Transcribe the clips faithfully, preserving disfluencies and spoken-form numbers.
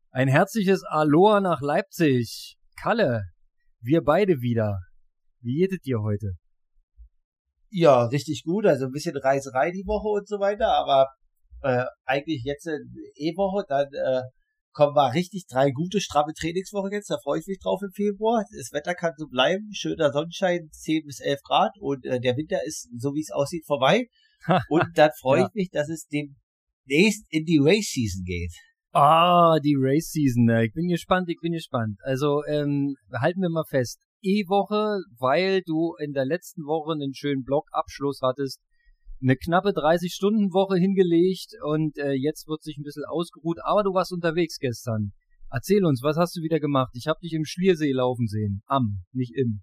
Ein herzliches Aloha nach Leipzig. Kalle, wir beide wieder. Wie geht es dir heute? Ja, richtig gut. Also ein bisschen Reiserei die Woche und so weiter, aber äh, eigentlich jetzt eine E-Woche, dann äh, kommen wir richtig drei gute, stramme Trainingswochen jetzt. Da freue ich mich drauf im Februar. Das Wetter kann so bleiben. Schöner Sonnenschein, zehn bis elf Grad und äh, der Winter ist, so wie es aussieht, vorbei. Und dann freue ja. ich mich, dass es demnächst in die Race-Season geht. Ah, die Race-Season. Ich bin gespannt, ich bin gespannt. Also ähm, halten wir mal fest. E-Woche, weil du in der letzten Woche einen schönen Blockabschluss hattest, eine knappe dreißig-Stunden-Woche hingelegt und äh, jetzt wird sich ein bisschen ausgeruht, aber du warst unterwegs gestern. Erzähl uns, was hast du wieder gemacht? Ich habe dich im Schliersee laufen sehen. Am, nicht im.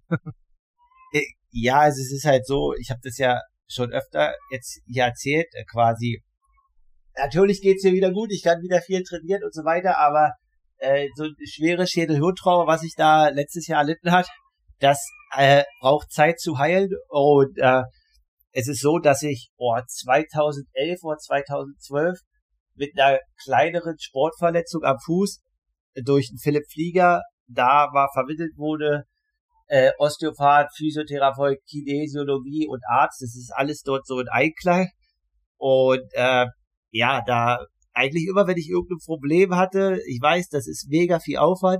Ja, also es ist halt so, ich habe das ja schon öfter jetzt hier erzählt, äh, quasi. Natürlich geht's mir wieder gut, ich kann wieder viel trainieren und so weiter, aber äh, so ein schweres Schädel-Hirntrauma, was ich da letztes Jahr erlitten hat, das äh, braucht Zeit zu heilen und äh, es ist so, dass ich oh, zweitausendelf oder zweitausendzwölf mit einer kleineren Sportverletzung am Fuß durch den Philipp Flieger, da war vermittelt wurde, äh, Osteopath, Physiotherapeut, Kinesiologie und Arzt, das ist alles dort so in Einklang und äh, ja, da eigentlich immer, wenn ich irgendein Problem hatte, ich weiß, das ist mega viel Aufwand,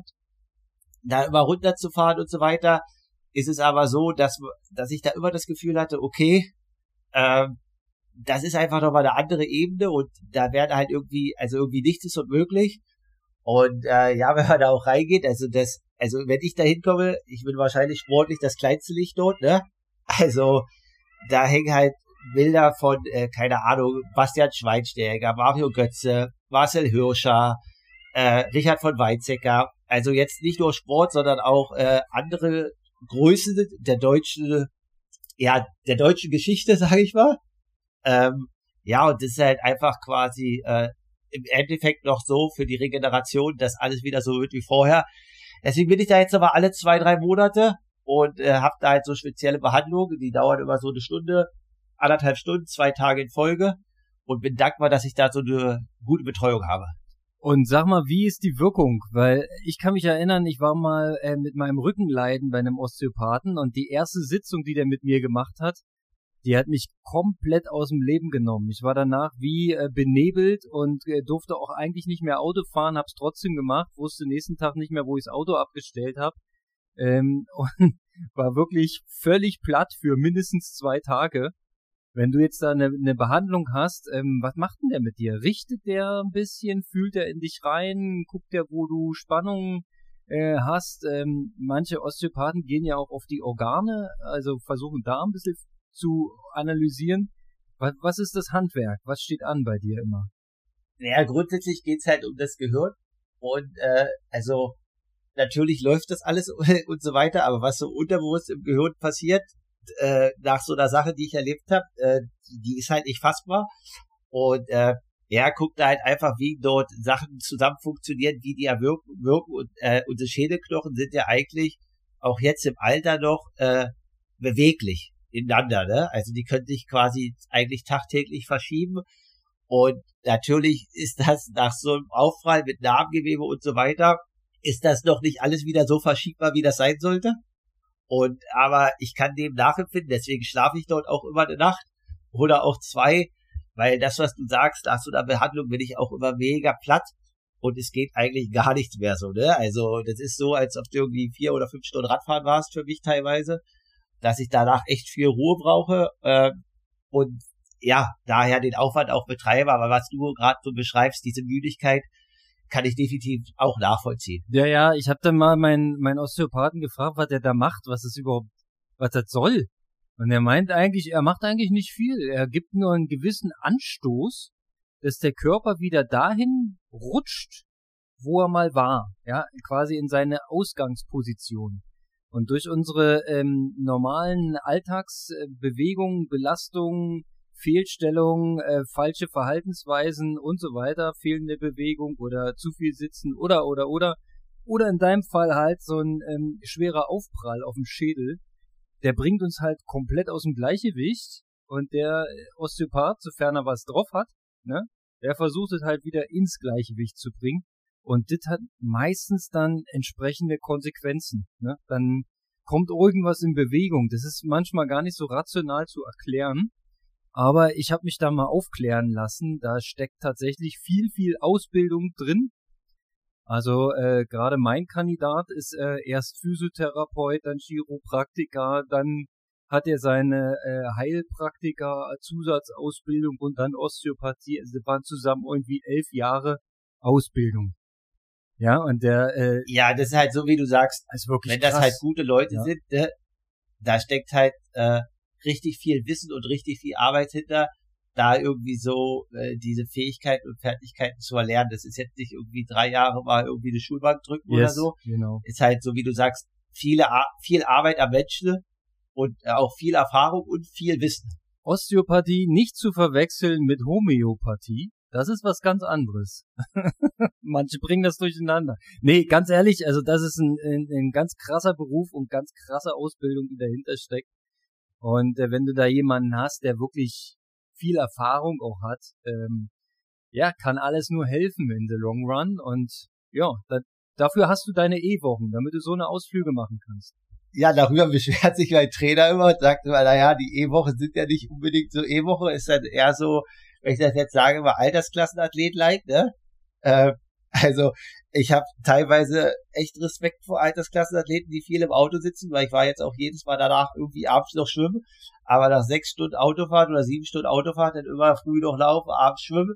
da immer runterzufahren und so weiter, ist es aber so, dass dass ich da immer das Gefühl hatte, okay, ähm, das ist einfach nochmal eine andere Ebene und da werden halt irgendwie, also irgendwie nichts ist unmöglich. Und äh, ja, wenn man da auch reingeht, also das, also wenn ich da hinkomme, ich bin wahrscheinlich sportlich das kleinste Licht dort, ne? Also da hängen halt Bilder von, äh, keine Ahnung, Bastian Schweinsteiger, Mario Götze, Marcel Hirscher, äh, Richard von Weizsäcker. Also jetzt nicht nur Sport, sondern auch äh, andere Größen der deutschen, ja, der deutschen Geschichte, sage ich mal. Ähm, ja, und das ist halt einfach quasi äh, im Endeffekt noch so für die Regeneration, dass alles wieder so wird wie vorher. Deswegen bin ich da jetzt aber alle zwei, drei Monate und äh, habe da halt so spezielle Behandlungen, die dauern immer so eine Stunde, anderthalb Stunden, zwei Tage in Folge und bin dankbar, dass ich da so eine gute Betreuung habe. Und sag mal, wie ist die Wirkung? Weil ich kann mich erinnern, ich war mal äh, mit meinem Rückenleiden bei einem Osteopathen und die erste Sitzung, die der mit mir gemacht hat, die hat mich komplett aus dem Leben genommen. Ich war danach wie äh, benebelt und äh, durfte auch eigentlich nicht mehr Auto fahren, hab's trotzdem gemacht, wusste nächsten Tag nicht mehr, wo ich das Auto abgestellt habe ähm, und war wirklich völlig platt für mindestens zwei Tage. Wenn du jetzt da eine, eine Behandlung hast, ähm, was macht denn der mit dir? Richtet der ein bisschen? Fühlt er in dich rein? Guckt der, wo du Spannung äh, hast? Ähm, manche Osteopathen gehen ja auch auf die Organe, also versuchen da ein bisschen zu analysieren. Was, was ist das Handwerk? Was steht an bei dir immer? Naja, grundsätzlich geht's halt um das Gehirn und äh, also natürlich läuft das alles und so weiter, aber was so unterbewusst im Gehirn passiert, Äh, nach so einer Sache, die ich erlebt habe, äh, die, die ist halt nicht fassbar und äh, ja, guckt da halt einfach, wie dort Sachen zusammen funktionieren, wie die ja wirken, wirken und äh, unsere Schädelknochen sind ja eigentlich auch jetzt im Alter noch äh, beweglich ineinander, ne? Also die können sich quasi eigentlich tagtäglich verschieben und natürlich ist das nach so einem Aufprall mit Narbengewebe und so weiter, ist das noch nicht alles wieder so verschiebbar, wie das sein sollte. Und, aber ich kann dem nachempfinden, deswegen schlafe ich dort auch immer eine Nacht oder auch zwei, weil das, was du sagst, nach so einer Behandlung bin ich auch immer mega platt und es geht eigentlich gar nichts mehr so, ne? Also, das ist so, als ob du irgendwie vier oder fünf Stunden Radfahren warst für mich teilweise, dass ich danach echt viel Ruhe brauche, äh, und ja, daher den Aufwand auch betreibe, aber was du gerade so beschreibst, diese Müdigkeit, kann ich definitiv auch nachvollziehen. Ja, ja, ich habe dann mal meinen mein Osteopathen gefragt, was der da macht, was es überhaupt, was das soll. Und er meint eigentlich, er macht eigentlich nicht viel. Er gibt nur einen gewissen Anstoß, dass der Körper wieder dahin rutscht, wo er mal war. Ja, quasi in seine Ausgangsposition. Und durch unsere ähm, normalen Alltagsbewegungen, Belastungen, Fehlstellungen, äh, falsche Verhaltensweisen und so weiter, fehlende Bewegung oder zu viel Sitzen oder, oder, oder, oder in deinem Fall halt so ein ähm, schwerer Aufprall auf dem Schädel, der bringt uns halt komplett aus dem Gleichgewicht und der Osteopath, sofern er was drauf hat, ne, der versucht es halt wieder ins Gleichgewicht zu bringen Und das hat meistens dann entsprechende Konsequenzen. Ne? Dann kommt irgendwas in Bewegung. Das ist manchmal gar nicht so rational zu erklären. Aber ich habe mich da mal aufklären lassen. Da steckt tatsächlich viel, viel Ausbildung drin. Also äh, gerade mein Kandidat ist äh, erst Physiotherapeut, dann Chiropraktiker, dann hat er seine äh, Heilpraktiker-Zusatzausbildung und dann Osteopathie. Also das waren zusammen irgendwie elf Jahre Ausbildung. Ja, und der äh, ja, das ist halt so, wie du sagst, ist wirklich wenn das krass. halt gute Leute Ja. sind, ne, da steckt halt äh, richtig viel Wissen und richtig viel Arbeit hinter, da irgendwie so äh, diese Fähigkeiten und Fertigkeiten zu erlernen. Das ist jetzt nicht irgendwie drei Jahre mal irgendwie eine Schulbank drücken Yes, oder so. Genau. Ist halt so, wie du sagst, viele Ar- viel Arbeit am Menschen und äh, auch viel Erfahrung und viel Wissen. Osteopathie nicht zu verwechseln mit Homöopathie. Das ist was ganz anderes. Manche bringen das durcheinander. Nee, ganz ehrlich, also das ist ein, ein, ein ganz krasser Beruf und ganz krasse Ausbildung, die dahinter steckt. Und äh, wenn du da jemanden hast, der wirklich viel Erfahrung auch hat, ähm, ja, kann alles nur helfen in the long run. Und ja, da, dafür hast du deine E-Wochen, damit du so eine Ausflüge machen kannst. Ja, darüber beschwert sich mein Trainer immer und sagt immer, naja, die E-Wochen sind ja nicht unbedingt so E-Woche, ist dann eher so, wenn ich das jetzt sage, immer Altersklassenathlet-like, ne? Äh, also ich habe teilweise echt Respekt vor Altersklassenathleten, die viel im Auto sitzen, weil ich war jetzt auch jedes Mal danach irgendwie abends noch schwimmen, aber nach sechs Stunden Autofahrt oder sieben Stunden Autofahrt dann immer früh noch laufen, abends schwimmen.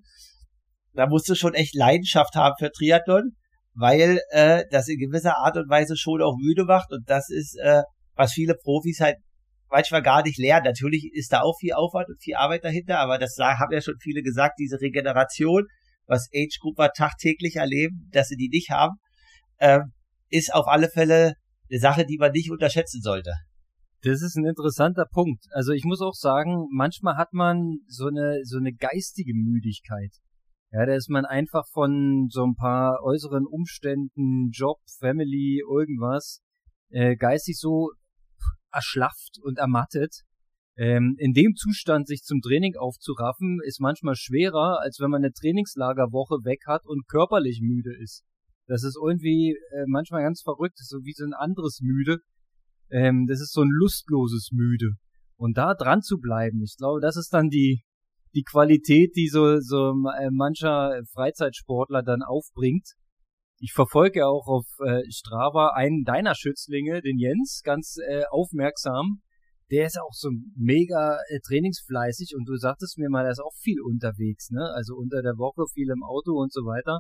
Da musst du schon echt Leidenschaft haben für Triathlon, weil äh, das in gewisser Art und Weise schon auch müde macht und das ist, äh, was viele Profis halt manchmal gar nicht lernen. Natürlich ist da auch viel Aufwand und viel Arbeit dahinter, aber das haben ja schon viele gesagt, diese Regeneration, was Age-Grupper tagtäglich erleben, dass sie die nicht haben, ähm, ist auf alle Fälle eine Sache, die man nicht unterschätzen sollte. Das ist ein interessanter Punkt. Also ich muss auch sagen, manchmal hat man so eine so eine geistige Müdigkeit. Ja, da ist man einfach von so ein paar äußeren Umständen, Job, Family, irgendwas, äh, geistig so erschlafft und ermattet. Ähm, in dem Zustand sich zum Training aufzuraffen, ist manchmal schwerer, als wenn man eine Trainingslagerwoche weg hat und körperlich müde ist. Das ist irgendwie äh, manchmal ganz verrückt, das ist so wie so ein anderes Müde. Ähm, das ist so ein lustloses Müde. Und da dran zu bleiben, ich glaube, das ist dann die die Qualität, die so so äh, mancher Freizeitsportler dann aufbringt. Ich verfolge auch auf äh, Strava einen deiner Schützlinge, den Jens, ganz äh, aufmerksam. Der ist auch so mega äh, trainingsfleißig und du sagtest mir mal, der ist auch viel unterwegs, ne? Also unter der Woche viel im Auto und so weiter.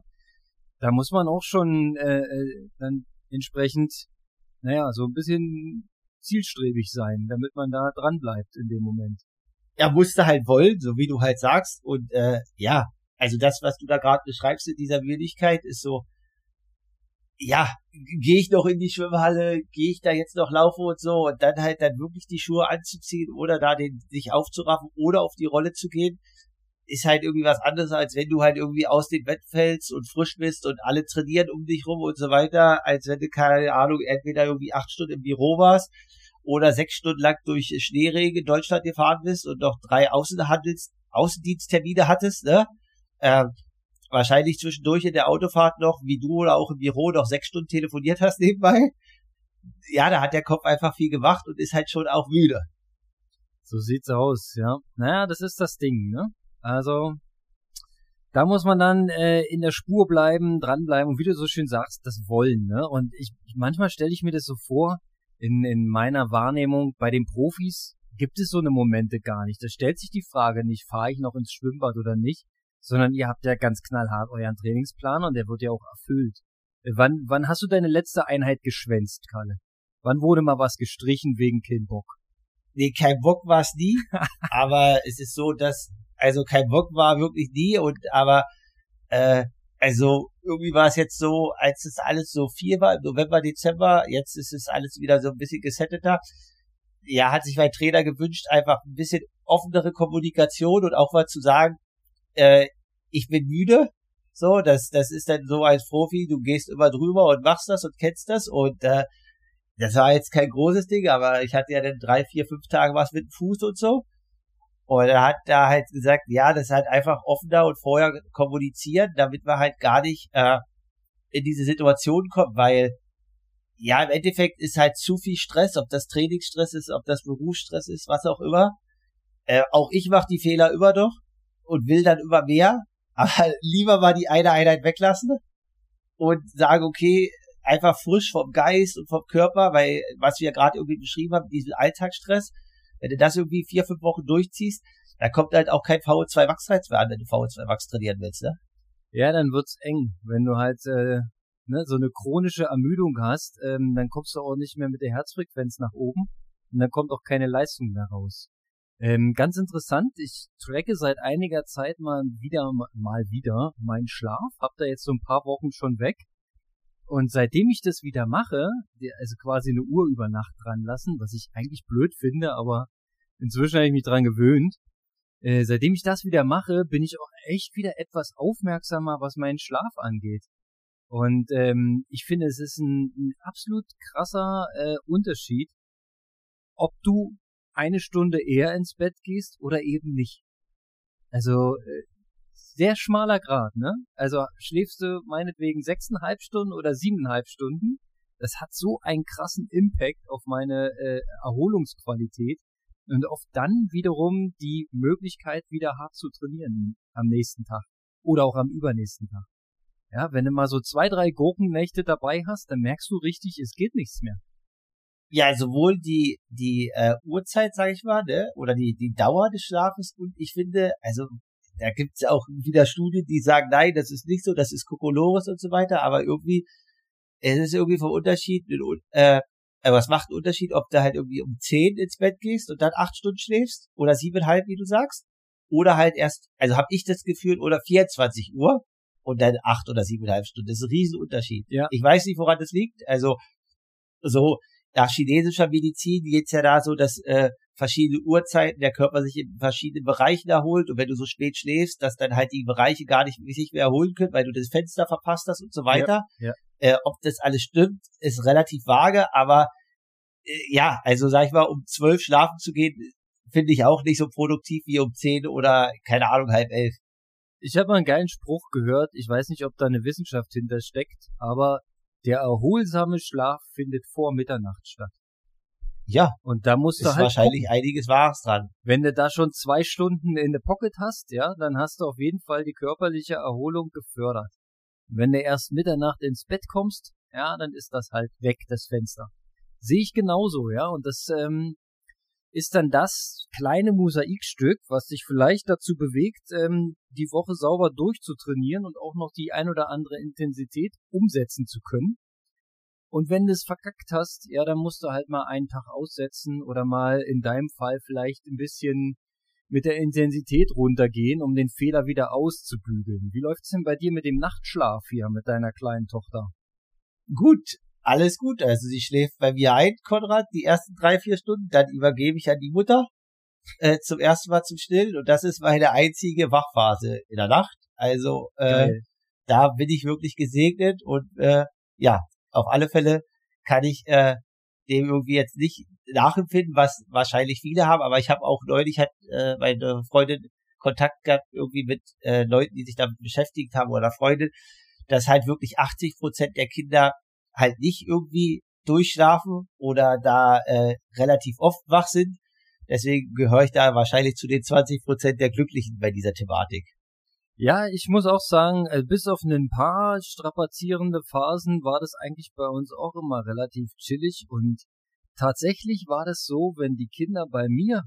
Da muss man auch schon äh, äh, dann entsprechend, naja, so ein bisschen zielstrebig sein, damit man da dran bleibt in dem Moment. Er musste halt wollen, so wie du halt sagst. Und äh, ja, also das, was du da gerade beschreibst in dieser Müdigkeit, ist so, ja, gehe ich noch in die Schwimmhalle, gehe ich da jetzt noch laufen und so und dann halt dann wirklich die Schuhe anzuziehen oder da den sich aufzuraffen oder auf die Rolle zu gehen, ist halt irgendwie was anderes, als wenn du halt irgendwie aus dem Bett fällst und frisch bist und alle trainieren um dich rum und so weiter, als wenn du, keine Ahnung, entweder irgendwie acht Stunden im Büro warst oder sechs Stunden lang durch Schneeregen in Deutschland gefahren bist und noch drei Außenhandels Außendiensttermine hattest, ne? Ähm, wahrscheinlich zwischendurch in der Autofahrt noch, wie du oder auch im Büro, noch sechs Stunden telefoniert hast nebenbei. Ja, da hat der Kopf einfach viel gemacht und ist halt schon auch müde. So sieht's aus, ja. Naja, das ist das Ding, ne? Also, da muss man dann äh, in der Spur bleiben, dranbleiben und wie du so schön sagst, das Wollen, ne? Und ich manchmal stelle ich mir das so vor, in, in meiner Wahrnehmung, bei den Profis gibt es so eine Momente gar nicht. Da stellt sich die Frage nicht, fahre ich noch ins Schwimmbad oder nicht, sondern ihr habt ja ganz knallhart euren Trainingsplan und der wird ja auch erfüllt. Äh, wann, wann hast du deine letzte Einheit geschwänzt, Kalle? Wann wurde mal was gestrichen wegen kein Bock? Nee, kein Bock war es nie, aber es ist so, dass, also kein Bock war wirklich nie und, aber, äh, also irgendwie war es jetzt so, als es alles so viel war, im November, Dezember, jetzt ist es alles wieder so ein bisschen gesetteter. Ja, hat sich mein Trainer gewünscht, einfach ein bisschen offenere Kommunikation und auch mal zu sagen, äh, ich bin müde. So, das, das ist dann so als Profi, du gehst immer drüber und machst das und kennst das und, äh, das war jetzt kein großes Ding, aber ich hatte ja dann drei, vier, fünf Tage was mit dem Fuß und so. Und er hat da halt gesagt, ja, das ist halt einfach offener und vorher kommunizieren, damit wir halt gar nicht, äh, in diese Situation kommt, weil ja, im Endeffekt ist halt zu viel Stress, ob das Trainingsstress ist, ob das Berufsstress ist, was auch immer. Äh, auch ich mache die Fehler immer doch und will dann immer mehr, aber lieber mal die eine Einheit weglassen und sagen, okay, einfach frisch vom Geist und vom Körper, weil, was wir ja gerade irgendwie beschrieben haben, diesen Alltagsstress, wenn du das irgendwie vier, fünf Wochen durchziehst, dann kommt halt auch kein V O zwei Max-Reiz mehr an, wenn du V O zwei Max trainieren willst, ne? Ja, dann wird's eng, wenn du halt äh, ne, so eine chronische Ermüdung hast, ähm, dann kommst du auch nicht mehr mit der Herzfrequenz nach oben und dann kommt auch keine Leistung mehr raus. Ähm, ganz interessant, ich tracke seit einiger Zeit mal wieder, mal wieder meinen Schlaf, hab da jetzt so ein paar Wochen schon weg und seitdem ich das wieder mache, also quasi eine Uhr über Nacht dran lassen, was ich eigentlich blöd finde, aber inzwischen habe ich mich dran gewöhnt. Äh, seitdem ich das wieder mache, bin ich auch echt wieder etwas aufmerksamer, was meinen Schlaf angeht. Und ähm, ich finde, es ist ein, ein absolut krasser äh, Unterschied, ob du eine Stunde eher ins Bett gehst oder eben nicht. Also äh, sehr schmaler Grad, ne? Also schläfst du meinetwegen sechseinhalb Stunden oder siebeneinhalb Stunden, das hat so einen krassen Impact auf meine äh, Erholungsqualität. Und oft dann wiederum die Möglichkeit, wieder hart zu trainieren am nächsten Tag oder auch am übernächsten Tag. Ja, wenn du mal so zwei, drei Gurkennächte dabei hast, dann merkst du richtig, es geht nichts mehr. Ja, sowohl die die äh, Uhrzeit, sag ich mal, ne, oder die die Dauer des Schlafes und ich finde, also da gibt's ja auch wieder Studien, die sagen, nein, das ist nicht so, das ist Kokolores und so weiter, aber irgendwie es ist irgendwie vom Unterschied, äh, aber es macht einen Unterschied, ob du halt irgendwie um zehn ins Bett gehst und dann acht Stunden schläfst oder siebeneinhalb, wie du sagst, oder halt erst, also habe ich das Gefühl, oder vierundzwanzig Uhr und dann acht oder siebeneinhalb Stunden. Das ist ein Riesenunterschied. Ja. Ich weiß nicht, woran das liegt. Also so nach chinesischer Medizin geht's ja da so, dass äh, verschiedene Uhrzeiten der Körper sich in verschiedenen Bereichen erholt und wenn du so spät schläfst, dass dann halt die Bereiche gar nicht sich mehr erholen können, weil du das Fenster verpasst hast und so weiter. Ja, ja. Äh, ob das alles stimmt, ist relativ vage, aber äh, ja, also sag ich mal, um zwölf schlafen zu gehen, finde ich auch nicht so produktiv wie um zehn oder, keine Ahnung, halb elf. Ich habe mal einen geilen Spruch gehört, ich weiß nicht, ob da eine Wissenschaft hintersteckt, aber der erholsame Schlaf findet vor Mitternacht statt. Ja, und da musst du ist halt wahrscheinlich gucken. Einiges Wahres dran. Wenn du da schon zwei Stunden in der Pocket hast, ja, dann hast du auf jeden Fall die körperliche Erholung gefördert. Wenn du erst Mitternacht ins Bett kommst, ja, dann ist das halt weg, das Fenster. Sehe ich genauso, ja, und das ähm, ist dann das kleine Mosaikstück, was dich vielleicht dazu bewegt, ähm, die Woche sauber durchzutrainieren und auch noch die ein oder andere Intensität umsetzen zu können. Und wenn du es verkackt hast, ja, dann musst du halt mal einen Tag aussetzen oder mal in deinem Fall vielleicht ein bisschen mit der Intensität runtergehen, um den Fehler wieder auszubügeln. Wie läuft's denn bei dir mit dem Nachtschlaf hier mit deiner kleinen Tochter? Gut, alles gut. Also sie schläft bei mir ein, Konrad, die ersten drei, vier Stunden. Dann übergebe ich an die Mutter äh, zum ersten Mal zum Stillen. Und das ist meine einzige Wachphase in der Nacht. Also äh, da bin ich wirklich gesegnet. Und äh, ja, auf alle Fälle kann ich äh, dem irgendwie jetzt nicht nachempfinden, was wahrscheinlich viele haben. Aber ich habe auch neulich, hat äh, meine Freundin Kontakt gehabt irgendwie mit äh, Leuten, die sich damit beschäftigt haben oder Freundin, dass halt wirklich achtzig Prozent der Kinder halt nicht irgendwie durchschlafen oder da äh, relativ oft wach sind. Deswegen gehöre ich da wahrscheinlich zu den zwanzig Prozent der Glücklichen bei dieser Thematik. Ja, ich muss auch sagen, bis auf ein paar strapazierende Phasen war das eigentlich bei uns auch immer relativ chillig und tatsächlich war das so, wenn die Kinder bei mir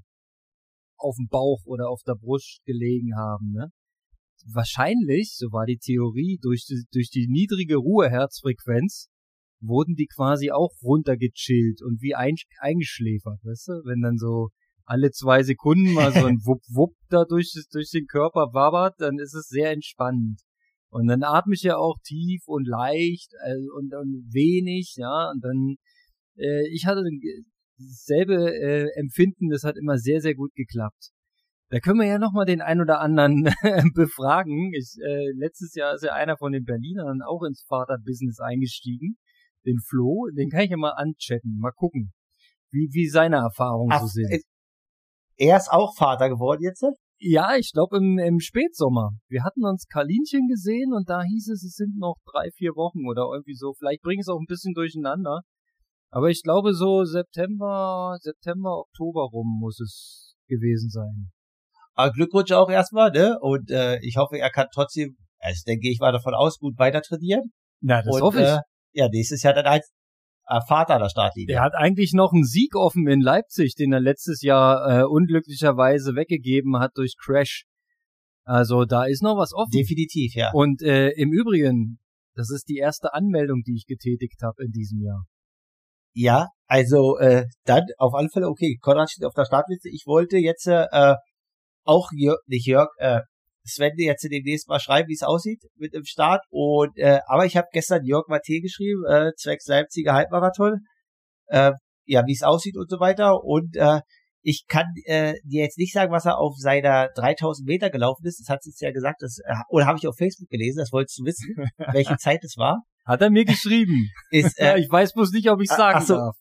auf dem Bauch oder auf der Brust gelegen haben, ne? Wahrscheinlich, so war die Theorie, durch die, durch die niedrige Ruheherzfrequenz wurden die quasi auch runtergechillt und wie ein, eingeschläfert, weißt du? Wenn dann so alle zwei Sekunden mal so ein Wupp-Wupp da durch, durch den Körper wabbert, dann ist es sehr entspannend. Und dann atme ich ja auch tief und leicht äh, und, und wenig, ja, und dann, äh, ich hatte dasselbe äh, Empfinden, das hat immer sehr, sehr gut geklappt. Da können wir ja nochmal den ein oder anderen befragen. Ich, äh, letztes Jahr ist ja einer von den Berlinern auch ins Vaterbusiness eingestiegen, den Flo, den kann ich ja mal anchatten, mal gucken, wie, wie seine Erfahrungen Ach, so sind. Er ist auch Vater geworden jetzt? Ja, ich glaube im, im Spätsommer. Wir hatten uns Kalinchen gesehen und da hieß es, es sind noch drei, vier Wochen oder irgendwie so. Vielleicht bringe ich es auch ein bisschen durcheinander. Aber ich glaube so September, September, Oktober rum muss es gewesen sein. Aber Glückwunsch auch erstmal, ne? Und äh, ich hoffe, er kann trotzdem, also denke ich mal davon aus, gut weiter trainieren. Na, das und, hoffe ich. Äh, ja, nächstes Jahr dann als äh, Vater der Startlinie. Er hat eigentlich noch einen Sieg offen in Leipzig, den er letztes Jahr äh, unglücklicherweise weggegeben hat durch Crash. Also da ist noch was offen. Definitiv, ja. Und äh, im Übrigen, das ist die erste Anmeldung, die ich getätigt habe in diesem Jahr. Ja, also äh, dann auf alle Fälle, okay, Konrad steht auf der Startliste. Ich wollte jetzt äh, auch Jörg, nicht Jörg, äh, Sven jetzt demnächst mal schreiben, wie es aussieht mit dem Start. Und äh, aber ich habe gestern Jörg Maté geschrieben, äh, zwecks Leipziger Halbmarathon, äh, ja, wie es aussieht und so weiter. Und äh, ich kann äh, dir jetzt nicht sagen, was er auf seiner dreitausend Meter gelaufen ist. Das hat es ja gesagt, das, äh, oder habe ich auf Facebook gelesen, das wolltest du wissen, welche Zeit es war. Hat er mir geschrieben. Ist, äh, ich weiß bloß nicht, ob ich sagen ach so. darf.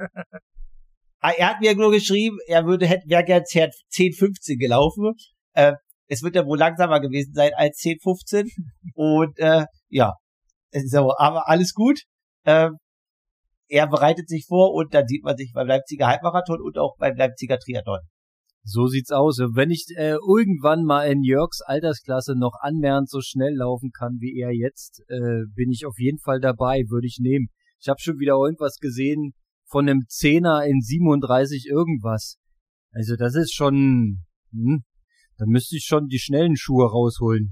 Er hat mir nur geschrieben, er würde hätte wäre gern zehn fünfzehn gelaufen. Äh, es wird ja wohl langsamer gewesen sein als zehn fünfzehn. Und äh, ja, so, aber alles gut. Äh, er bereitet sich vor und dann sieht man sich beim Leipziger Halbmarathon und auch beim Leipziger Triathlon. So sieht's aus. Wenn ich äh, irgendwann mal in Jörgs Altersklasse noch annähernd so schnell laufen kann wie er jetzt, äh, bin ich auf jeden Fall dabei, würde ich nehmen. Ich habe schon wieder irgendwas gesehen von einem Zehner in siebenunddreißig irgendwas. Also das ist schon, hm, da müsste ich schon die schnellen Schuhe rausholen.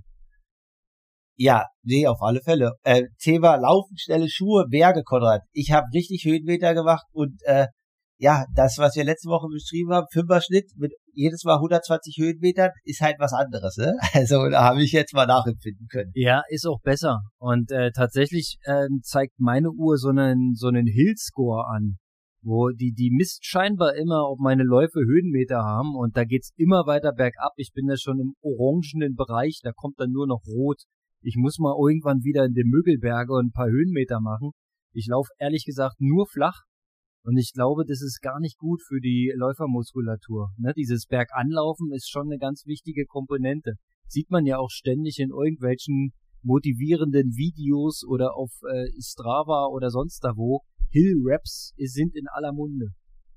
Ja, nee, auf alle Fälle. Äh, Thema Laufen, schnelle Schuhe, Berge, Konrad. Ich habe richtig Höhenmeter gemacht und äh, ja, das, was wir letzte Woche beschrieben haben, Fünfer-Schnitt mit jedes Mal hundertzwanzig Höhenmetern, ist halt was anderes, ne? Also da habe ich jetzt mal nachempfinden können. Ja, ist auch besser. Und äh, tatsächlich äh, zeigt meine Uhr so einen so einen Hill-Score an, wo die die misst scheinbar immer, ob meine Läufe Höhenmeter haben und da geht's immer weiter bergab. Ich bin da schon im orangenen Bereich, da kommt dann nur noch rot. Ich muss mal irgendwann wieder in den Müggelberge und ein paar Höhenmeter machen. Ich laufe ehrlich gesagt nur flach. Und ich glaube, das ist gar nicht gut für die Läufermuskulatur. Ne? Dieses Berganlaufen ist schon eine ganz wichtige Komponente. Sieht man ja auch ständig in irgendwelchen motivierenden Videos oder auf äh, Strava oder sonst da wo. Hill-Raps sind in aller Munde.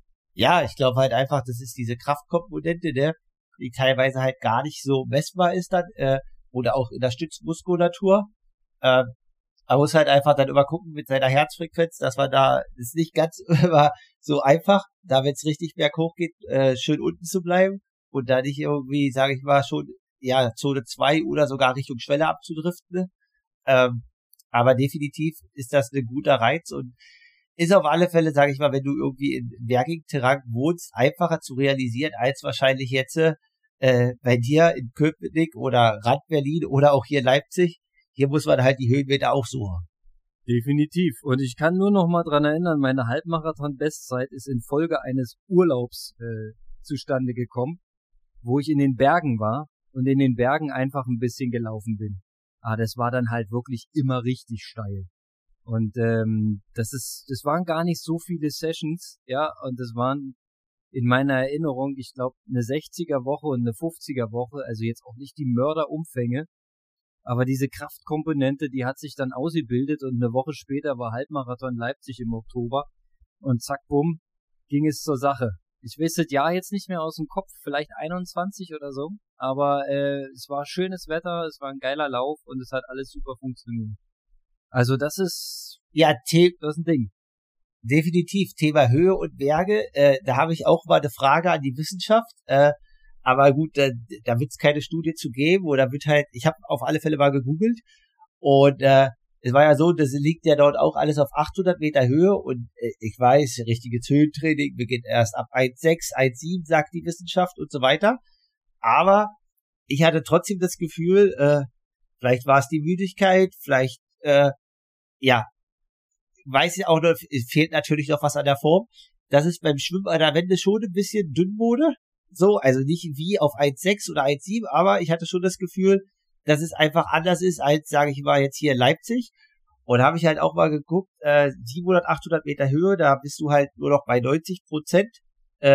Ja, ich glaube halt einfach, das ist diese Kraftkomponente, ne? Die teilweise halt gar nicht so messbar ist dann, äh, oder auch in der Stützmuskulatur. Äh, Man muss halt einfach dann immer gucken mit seiner Herzfrequenz, dass man da, das ist nicht ganz immer so einfach, da wenn es richtig berghoch geht, äh, schön unten zu bleiben und da nicht irgendwie, sage ich mal, schon, ja, Zone zwei oder sogar Richtung Schwelle abzudriften. Ähm, aber definitiv ist das ein guter Reiz und ist auf alle Fälle, sage ich mal, wenn du irgendwie in bergigen Terrain wohnst, einfacher zu realisieren als wahrscheinlich jetzt äh, bei dir in Köpenick oder Rand Berlin oder auch hier in Leipzig. Hier muss man halt die Höhenmeter auch suchen. Definitiv. Und ich kann nur noch mal dran erinnern, meine Halbmarathon-Bestzeit ist infolge eines Urlaubs äh, zustande gekommen, wo ich in den Bergen war und in den Bergen einfach ein bisschen gelaufen bin. Ah, das war dann halt wirklich immer richtig steil. Und ähm, das ist, das waren gar nicht so viele Sessions, ja, und das waren in meiner Erinnerung, ich glaube, eine sechziger Woche und eine fünfziger Woche, also jetzt auch nicht die Mörderumfänge. Aber diese Kraftkomponente, die hat sich dann ausgebildet und eine Woche später war Halbmarathon Leipzig im Oktober und zack, bumm, ging es zur Sache. Ich weiß das Jahr jetzt nicht mehr aus dem Kopf, vielleicht einundzwanzig oder so, aber äh, es war schönes Wetter, es war ein geiler Lauf und es hat alles super funktioniert. Also das ist, ja, The- das ist ein Ding. Definitiv, Thema Höhe und Berge, äh, da habe ich auch mal eine Frage an die Wissenschaft, äh, aber gut, da, da wird es keine Studie zu geben oder wird halt, ich habe auf alle Fälle mal gegoogelt und äh, es war ja so, das liegt ja dort auch alles auf achthundert Meter Höhe und äh, ich weiß, richtiges Höhentraining beginnt erst ab eins Komma sechs, eins Komma sieben, sagt die Wissenschaft und so weiter, aber ich hatte trotzdem das Gefühl, äh, vielleicht war es die Müdigkeit, vielleicht, äh, ja, weiß ich auch noch, es fehlt natürlich noch was an der Form, das ist beim Schwimmen an der Wende schon ein bisschen dünn wurde. So, also nicht wie auf eins Komma sechs oder eins Komma sieben, aber ich hatte schon das Gefühl, dass es einfach anders ist als, sage ich mal, jetzt hier in Leipzig. Und habe ich halt auch mal geguckt, äh, siebenhundert, achthundert Meter Höhe, da bist du halt nur noch bei neunzig Prozent. Äh,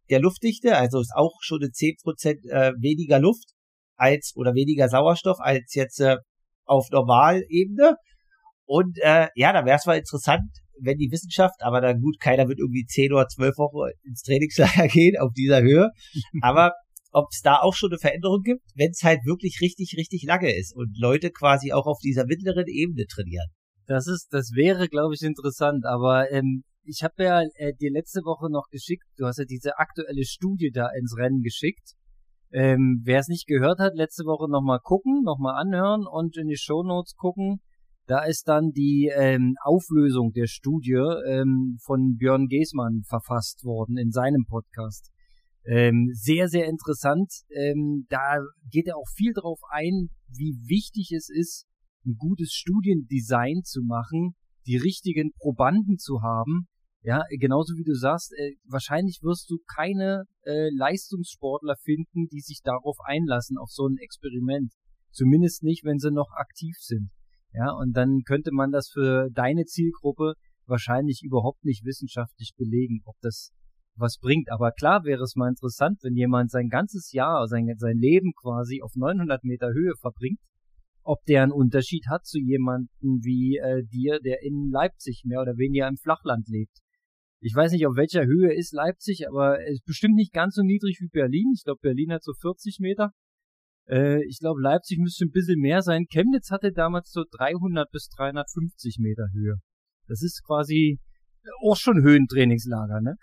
der Luftdichte, also ist auch schon eine zehn Prozent äh, weniger Luft als oder weniger Sauerstoff als jetzt äh, auf Normalebene. Und äh, ja, da wäre es mal interessant, wenn die Wissenschaft, aber dann gut, keiner wird irgendwie zehn oder zwölf Wochen ins Trainingslager gehen auf dieser Höhe, aber ob es da auch schon eine Veränderung gibt, wenn es halt wirklich richtig, richtig lange ist und Leute quasi auch auf dieser mittleren Ebene trainieren. Das ist, das wäre, glaube ich, interessant, aber ähm, ich habe ja äh, dir letzte Woche noch geschickt, du hast ja diese aktuelle Studie da ins Rennen geschickt. Ähm, wer es nicht gehört hat, letzte Woche nochmal gucken, nochmal anhören und in die Shownotes gucken. Da ist dann die ähm, Auflösung der Studie ähm, von Björn Geßmann verfasst worden in seinem Podcast. Ähm, sehr, sehr interessant. Ähm, da geht er auch viel drauf ein, wie wichtig es ist, ein gutes Studiendesign zu machen, die richtigen Probanden zu haben. Ja, genauso wie du sagst, äh, wahrscheinlich wirst du keine äh, Leistungssportler finden, die sich darauf einlassen, auf so ein Experiment. Zumindest nicht, wenn sie noch aktiv sind. Ja, und dann könnte man das für deine Zielgruppe wahrscheinlich überhaupt nicht wissenschaftlich belegen, ob das was bringt. Aber klar wäre es mal interessant, wenn jemand sein ganzes Jahr, sein, sein Leben quasi auf neunhundert Meter Höhe verbringt, ob der einen Unterschied hat zu jemandem wie äh, dir, der in Leipzig mehr oder weniger im Flachland lebt. Ich weiß nicht, auf welcher Höhe ist Leipzig, aber es ist bestimmt nicht ganz so niedrig wie Berlin. Ich glaube, Berlin hat so vierzig Meter. Äh, ich glaube, Leipzig müsste ein bisschen mehr sein. Chemnitz hatte damals so dreihundert bis dreihundertfünfzig Meter Höhe. Das ist quasi auch schon Höhentrainingslager, ne?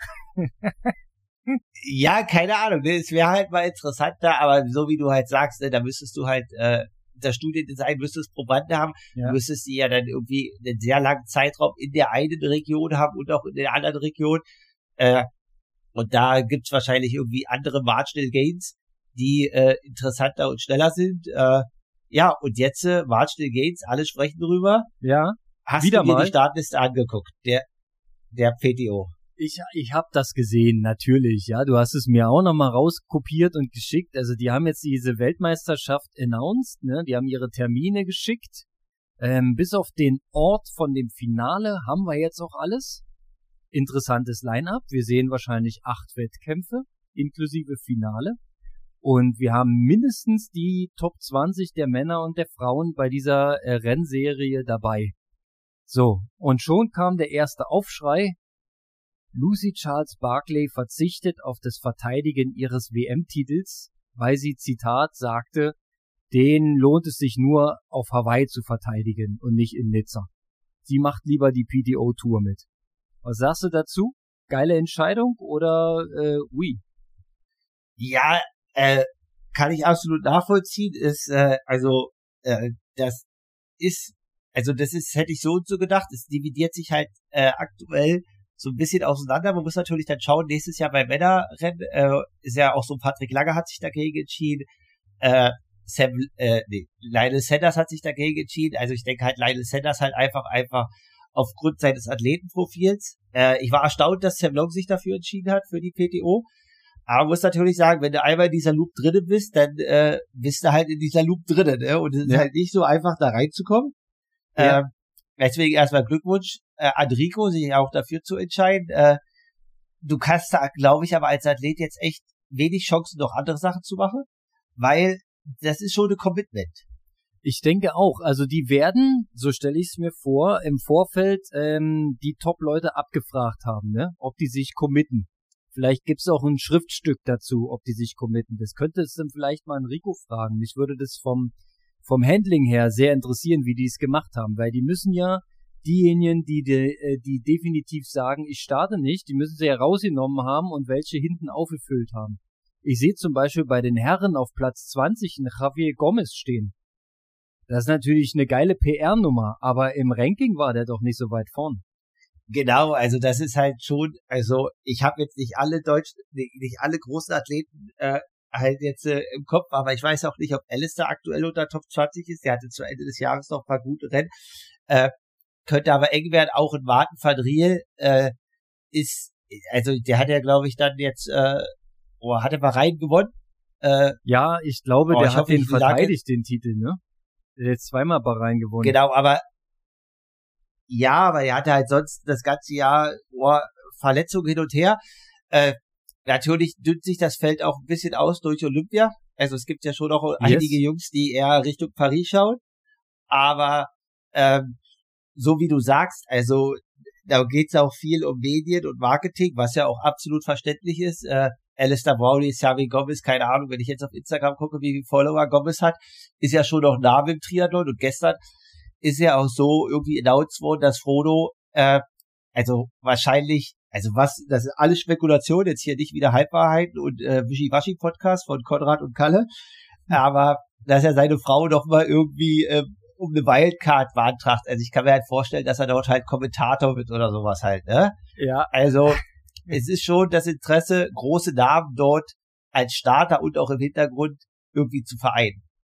Ja, keine Ahnung, ne? Es wäre halt mal interessanter, aber so wie du halt sagst, ne, da müsstest du halt äh, das Studiendesign, müsstest Probanden haben, ja. Du müsstest die ja dann irgendwie einen sehr langen Zeitraum in der einen Region haben und auch in der anderen Region. Äh, und da gibt's wahrscheinlich irgendwie andere Marginal Gains, die äh, interessanter und schneller sind. Äh, ja, und jetzt äh, Marginal Gains, alle sprechen drüber. Ja, hast wieder du dir mal die Startliste angeguckt, der der P T O? Ich ich habe das gesehen, natürlich. Ja, du hast es mir auch nochmal rauskopiert und geschickt. Also die haben jetzt diese Weltmeisterschaft announced, ne? Die haben ihre Termine geschickt. Ähm, bis auf den Ort von dem Finale haben wir jetzt auch alles. Interessantes Line-up. Wir sehen wahrscheinlich acht Wettkämpfe inklusive Finale. Und wir haben mindestens die Top zwanzig der Männer und der Frauen bei dieser äh, Rennserie dabei. So, und schon kam der erste Aufschrei. Lucy Charles Barclay verzichtet auf das Verteidigen ihres W M-Titels, weil sie, Zitat, sagte, den lohnt es sich nur auf Hawaii zu verteidigen und nicht in Nizza. Sie macht lieber die P T O-Tour mit. Was sagst du dazu? Geile Entscheidung oder äh, ui? Ja, äh, kann ich absolut nachvollziehen. Ist äh, also äh, das ist also das ist hätte ich so und so gedacht. Es dividiert sich halt äh, aktuell so ein bisschen auseinander. Man muss natürlich dann schauen, nächstes Jahr beim Männerrennen äh, ist ja auch so, Patrick Lange hat sich dagegen entschieden, äh, Sam, äh, nee, Lionel Sanders hat sich dagegen entschieden. Also ich denke halt, Lionel Sanders halt einfach, einfach aufgrund seines Athletenprofils. Äh, ich war erstaunt, dass Sam Long sich dafür entschieden hat, für die P T O. Aber muss natürlich sagen, wenn du einmal in dieser Loop drinnen bist, dann äh, bist du halt in dieser Loop drinnen, ne? Und es ist ja. halt nicht so einfach, da reinzukommen. Ja. Ähm, deswegen erstmal Glückwunsch äh, an Rico, sich auch dafür zu entscheiden. Äh, du kannst da, glaube ich, aber als Athlet jetzt echt wenig Chancen, noch andere Sachen zu machen, weil das ist schon ein Commitment. Ich denke auch. Also die werden, so stelle ich es mir vor, im Vorfeld ähm, die Top-Leute abgefragt haben, ne, ob die sich committen. Vielleicht gibt's auch ein Schriftstück dazu, ob die sich committen. Das könnte es dann vielleicht mal an Rico fragen. Mich würde das vom vom Handling her sehr interessieren, wie die es gemacht haben, weil die müssen ja diejenigen, die die, die definitiv sagen, ich starte nicht, die müssen sie ja rausgenommen haben und welche hinten aufgefüllt haben. Ich sehe zum Beispiel bei den Herren auf Platz zwanzig einen Javier Gomez stehen. Das ist natürlich eine geile P R-Nummer, aber im Ranking war der doch nicht so weit vorn. Genau, also das ist halt schon, also ich habe jetzt nicht alle deutschen, nicht alle großen Athleten äh, halt jetzt äh, im Kopf, aber ich weiß auch nicht, ob Alistair aktuell unter Top zwanzig ist. Der hatte zu Ende des Jahres noch ein paar gute Rennen. Äh, könnte aber eng werden, auch in Martin van Riel äh, ist, also der hat ja, glaube ich, dann jetzt, äh, oh, hat er mal rein gewonnen. Äh, ja, ich glaube, oh, der ich hat hoffe, den verteidigt, den Titel, ne? Der hat jetzt zweimal Bahrain gewonnen. Genau, aber ja, aber er hatte halt sonst das ganze Jahr oh, Verletzungen hin und her. Äh, natürlich dünnt sich das Feld auch ein bisschen aus durch Olympia. Also es gibt ja schon auch yes. einige Jungs, die eher Richtung Paris schauen. Aber ähm, so wie du sagst, also da geht's auch viel um Medien und Marketing, was ja auch absolut verständlich ist. Äh, Alistair Brownlee, Xavier Gomez, keine Ahnung, wenn ich jetzt auf Instagram gucke, wie viele Follower Gomez hat, ist ja schon noch Name im Triathlon. Und gestern ist ja auch so irgendwie announced worden, dass Frodo, äh, also wahrscheinlich, also was, das ist alles Spekulation, jetzt hier nicht wieder Halbwahrheiten und äh, Wischi-Waschi-Podcast von Konrad und Kalle, aber dass er seine Frau doch mal irgendwie äh, um eine Wildcard beantragt. Also ich kann mir halt vorstellen, dass er dort halt Kommentator wird oder sowas halt, ne? Ja. Also es ist schon das Interesse, große Namen dort als Starter und auch im Hintergrund irgendwie zu vereinen.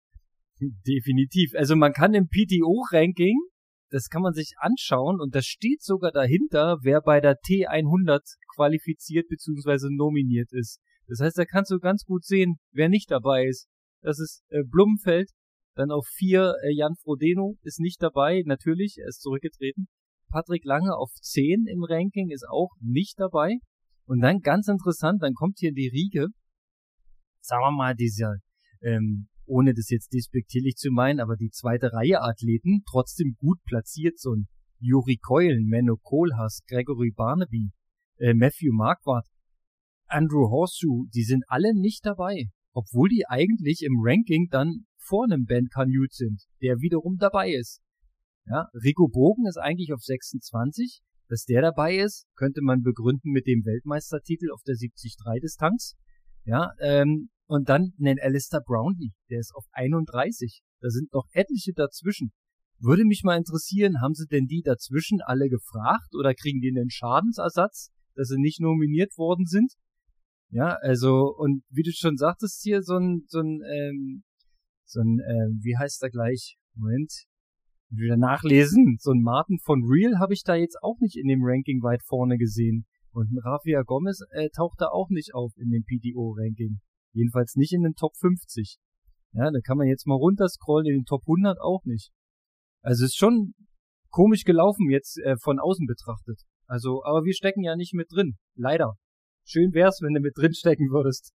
Definitiv. Also man kann im P T O-Ranking, das kann man sich anschauen und das steht sogar dahinter, wer bei der T hundert qualifiziert bzw. nominiert ist. Das heißt, da kannst du ganz gut sehen, wer nicht dabei ist. Das ist äh, Blumenfeld, dann auf vier äh, Jan Frodeno ist nicht dabei, natürlich, er ist zurückgetreten. Patrick Lange auf zehn im Ranking ist auch nicht dabei. Und dann ganz interessant, dann kommt hier die Riege, sagen wir mal, dieser, ähm, ohne das jetzt despektierlich zu meinen, aber die zweite Reihe Athleten trotzdem gut platziert, so ein Juri Keulen, Menno Kohlhaas, Gregory Barnaby, äh, Matthew Marquardt, Andrew Horseshoe, die sind alle nicht dabei, obwohl die eigentlich im Ranking dann vor einem Ben Canute sind, der wiederum dabei ist. Ja, Rico Bogen ist eigentlich auf sechsundzwanzig, dass der dabei ist, könnte man begründen mit dem Weltmeistertitel auf der siebzig drei Distanz. Ja, ähm, und dann nennt Alistair Brownlee, der ist auf einunddreißig. Da sind noch etliche dazwischen. Würde mich mal interessieren, haben sie denn die dazwischen alle gefragt oder kriegen die einen Schadensersatz, dass sie nicht nominiert worden sind? Ja, also, und wie du schon sagtest hier, so ein, so ein, ähm, so ein, ähm, wie heißt er gleich? Moment. Wieder nachlesen. So ein Martin von Real habe ich da jetzt auch nicht in dem Ranking weit vorne gesehen. Und ein Rafael Gomez äh, taucht da auch nicht auf in dem P T O-Ranking. Jedenfalls nicht in den Top fünfzig. Ja, da kann man jetzt mal runterscrollen, in den Top hundert auch nicht. Also ist schon komisch gelaufen jetzt äh, von außen betrachtet. Also, aber wir stecken ja nicht mit drin. Leider. Schön wär's, wenn du mit drin stecken würdest.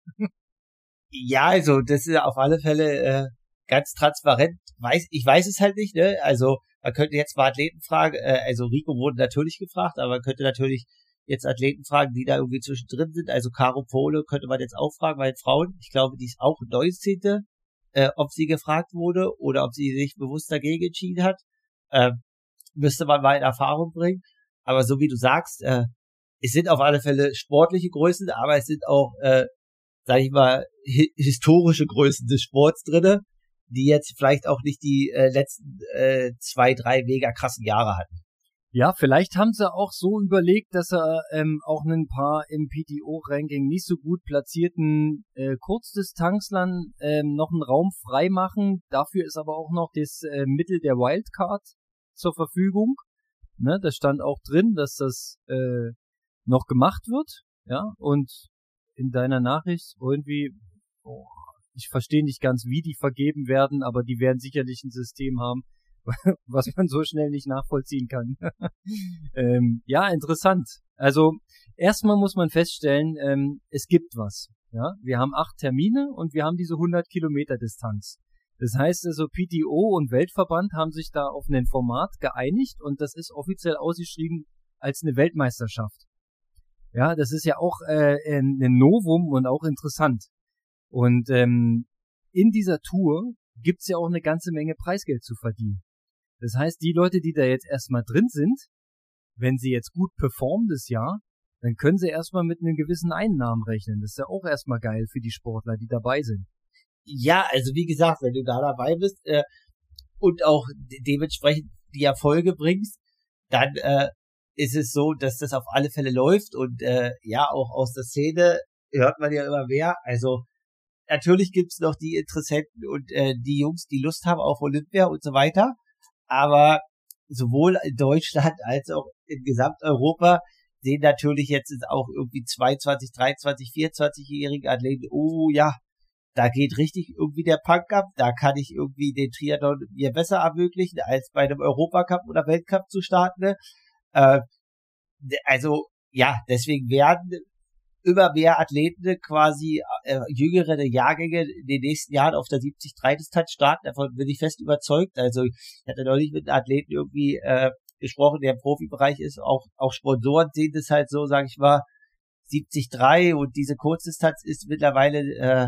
Ja, also das ist auf alle Fälle äh, ganz transparent. Weiß, ich weiß es halt nicht, ne? Also man könnte jetzt mal Athleten fragen, äh, also Rico wurde natürlich gefragt, aber man könnte natürlich jetzt Athleten fragen, die da irgendwie zwischendrin sind. Also Caro Pole könnte man jetzt auch fragen, weil Frauen, ich glaube, die ist auch neunzehnte Äh, ob sie gefragt wurde oder ob sie sich bewusst dagegen entschieden hat. Äh, müsste man mal in Erfahrung bringen. Aber so wie du sagst, äh, es sind auf alle Fälle sportliche Größen, aber es sind auch, äh, sag ich mal, hi- historische Größen des Sports drinne, die jetzt vielleicht auch nicht die äh, letzten äh, zwei, drei mega krassen Jahre hatten. Ja, vielleicht haben sie auch so überlegt, dass sie ähm, auch ein paar im P T O-Ranking nicht so gut platzierten äh, Kurzdistanzlern ähm, noch einen Raum frei machen. Dafür ist aber auch noch das äh, Mittel der Wildcard zur Verfügung. Ne, das stand auch drin, dass das äh, noch gemacht wird. Ja, und in deiner Nachricht irgendwie, oh, ich verstehe nicht ganz, wie die vergeben werden, aber die werden sicherlich ein System haben, was man so schnell nicht nachvollziehen kann. ähm, ja, interessant. Also erstmal muss man feststellen, ähm, es gibt was. Ja, wir haben acht Termine und wir haben diese hundert Kilometer Distanz. Das heißt also, P T O und Weltverband haben sich da auf ein Format geeinigt und das ist offiziell ausgeschrieben als eine Weltmeisterschaft. Ja, das ist ja auch äh, ein Novum und auch interessant. Und ähm, in dieser Tour gibt's ja auch eine ganze Menge Preisgeld zu verdienen. Das heißt, die Leute, die da jetzt erstmal drin sind, wenn sie jetzt gut performen das Jahr, dann können sie erstmal mit einem gewissen Einnahmen rechnen. Das ist ja auch erstmal geil für die Sportler, die dabei sind. Ja, also wie gesagt, wenn du da dabei bist äh, und auch de- dementsprechend die Erfolge bringst, dann äh, ist es so, dass das auf alle Fälle läuft und äh, ja, auch aus der Szene hört man ja immer mehr. Also natürlich gibt's noch die Interessenten und äh, die Jungs, die Lust haben auf Olympia und so weiter. Aber sowohl in Deutschland als auch in Gesamteuropa sehen natürlich jetzt auch irgendwie zweiundzwanzig, dreiundzwanzig, vierundzwanzig-jährige Athleten, oh ja, da geht richtig irgendwie der Punk ab, da kann ich irgendwie den Triathlon mir besser ermöglichen, als bei einem Europacup oder Weltcup zu starten. Äh, also ja, deswegen werden immer mehr Athleten quasi, äh, jüngere Jahrgänge in den nächsten Jahren auf der siebzig drei Distanz starten. Davon bin ich fest überzeugt. Also ich hatte neulich mit einem Athleten irgendwie äh, gesprochen, der im Profibereich ist. Auch auch Sponsoren sehen das halt so, sage ich mal, siebzig drei und diese Kurzdistanz ist mittlerweile äh,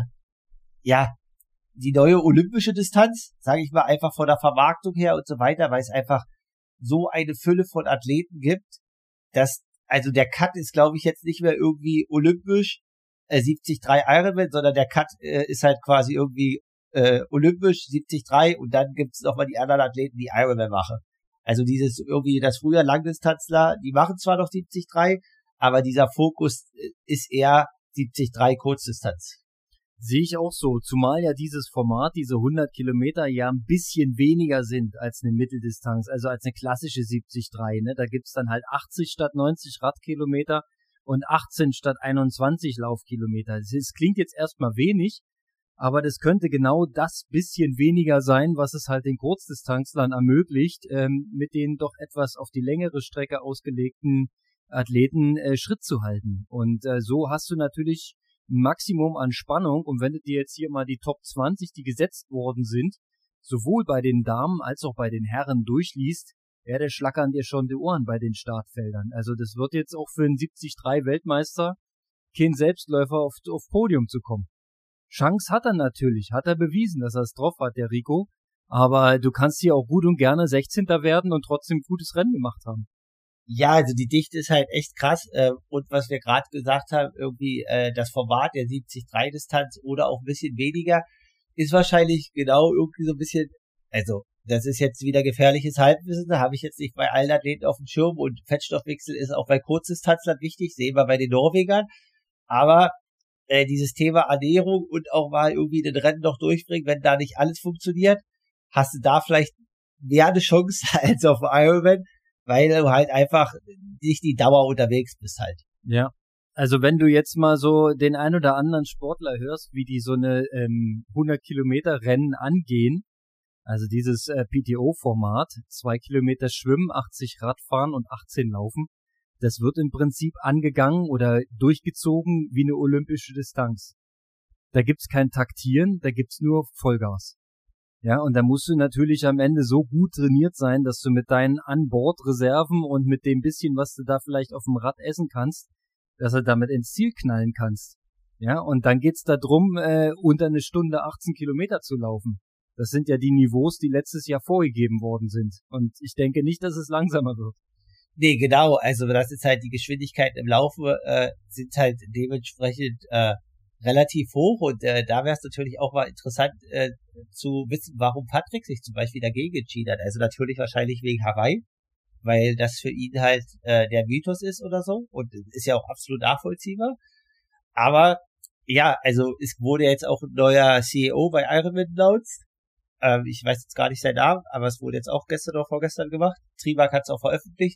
ja die neue olympische Distanz, sage ich mal, einfach von der Vermarktung her und so weiter, weil es einfach so eine Fülle von Athleten gibt, dass, also der Cut ist, glaube ich, jetzt nicht mehr irgendwie olympisch, äh, siebzig drei Ironman, sondern der Cut äh, ist halt quasi irgendwie äh, olympisch, siebzig drei und dann gibt's nochmal die anderen Athleten, die Ironman machen. Also dieses irgendwie, das früher Langdistanzler, die machen zwar noch siebzig drei, aber dieser Fokus ist eher siebzig drei Kurzdistanz. Sehe ich auch so, zumal ja dieses Format, diese hundert Kilometer ja ein bisschen weniger sind als eine Mitteldistanz, also als eine klassische siebzig drei, ne? Da gibt's dann halt achtzig statt neunzig Radkilometer und achtzehn statt einundzwanzig Laufkilometer. Es klingt jetzt erstmal wenig, aber das könnte genau das bisschen weniger sein, was es halt den Kurzdistanzlern ermöglicht, ähm, mit den doch etwas auf die längere Strecke ausgelegten Athleten äh, Schritt zu halten. Und äh, so hast du natürlich ein Maximum an Spannung. Und wenn du dir jetzt hier mal die Top zwanzig, die gesetzt worden sind, sowohl bei den Damen als auch bei den Herren durchliest, ja, der schlackern dir schon die Ohren bei den Startfeldern. Also das wird jetzt auch für einen siebzig drei Weltmeister kein Selbstläufer auf, auf Podium zu kommen. Chance hat er natürlich, hat er bewiesen, dass er es drauf hat, der Rico. Aber du kannst hier auch gut und gerne sechzehnter werden und trotzdem ein gutes Rennen gemacht haben. Ja, also die Dichte ist halt echt krass. Äh, und was wir gerade gesagt haben, irgendwie äh, das Format der siebzig drei Distanz oder auch ein bisschen weniger, ist wahrscheinlich genau irgendwie so ein bisschen, also das ist jetzt wieder gefährliches Halbwissen, da habe ich jetzt nicht bei allen Athleten auf dem Schirm und Fettstoffwechsel ist auch bei Kurzdistanzlern wichtig, sehen wir bei den Norwegern. Aber äh, dieses Thema Ernährung und auch mal irgendwie den Rennen noch durchbringen, wenn da nicht alles funktioniert, hast du da vielleicht mehr eine Chance als auf Ironman, weil du halt einfach nicht die Dauer unterwegs bist halt. Ja, also wenn du jetzt mal so den ein oder anderen Sportler hörst, wie die so eine ähm, hundert Kilometer Rennen angehen, also dieses äh, P T O-Format, zwei Kilometer Schwimmen, achtzig Radfahren und achtzehn Laufen, das wird im Prinzip angegangen oder durchgezogen wie eine olympische Distanz. Da gibt's kein Taktieren, da gibt's nur Vollgas. Ja, und da musst du natürlich am Ende so gut trainiert sein, dass du mit deinen An-Bord-Reserven und mit dem bisschen, was du da vielleicht auf dem Rad essen kannst, dass du damit ins Ziel knallen kannst. Ja, und dann geht's da drum, äh, unter eine Stunde achtzehn Kilometer zu laufen. Das sind ja die Niveaus, die letztes Jahr vorgegeben worden sind. Und ich denke nicht, dass es langsamer wird. Nee, genau. Also das ist halt die Geschwindigkeit im Laufe, äh, sind halt dementsprechend äh, relativ hoch und äh, da wäre es natürlich auch mal interessant äh, zu wissen, warum Patrick sich zum Beispiel dagegen entschieden hat. Also natürlich wahrscheinlich wegen Hawaii, weil das für ihn halt äh, der Mythos ist oder so und ist ja auch absolut nachvollziehbar. Aber ja, also es wurde jetzt auch ein neuer C E O bei Ironman announced. Ähm, ich weiß jetzt gar nicht seinen Namen, aber es wurde jetzt auch gestern oder vorgestern gemacht. Trimark hat es auch veröffentlicht.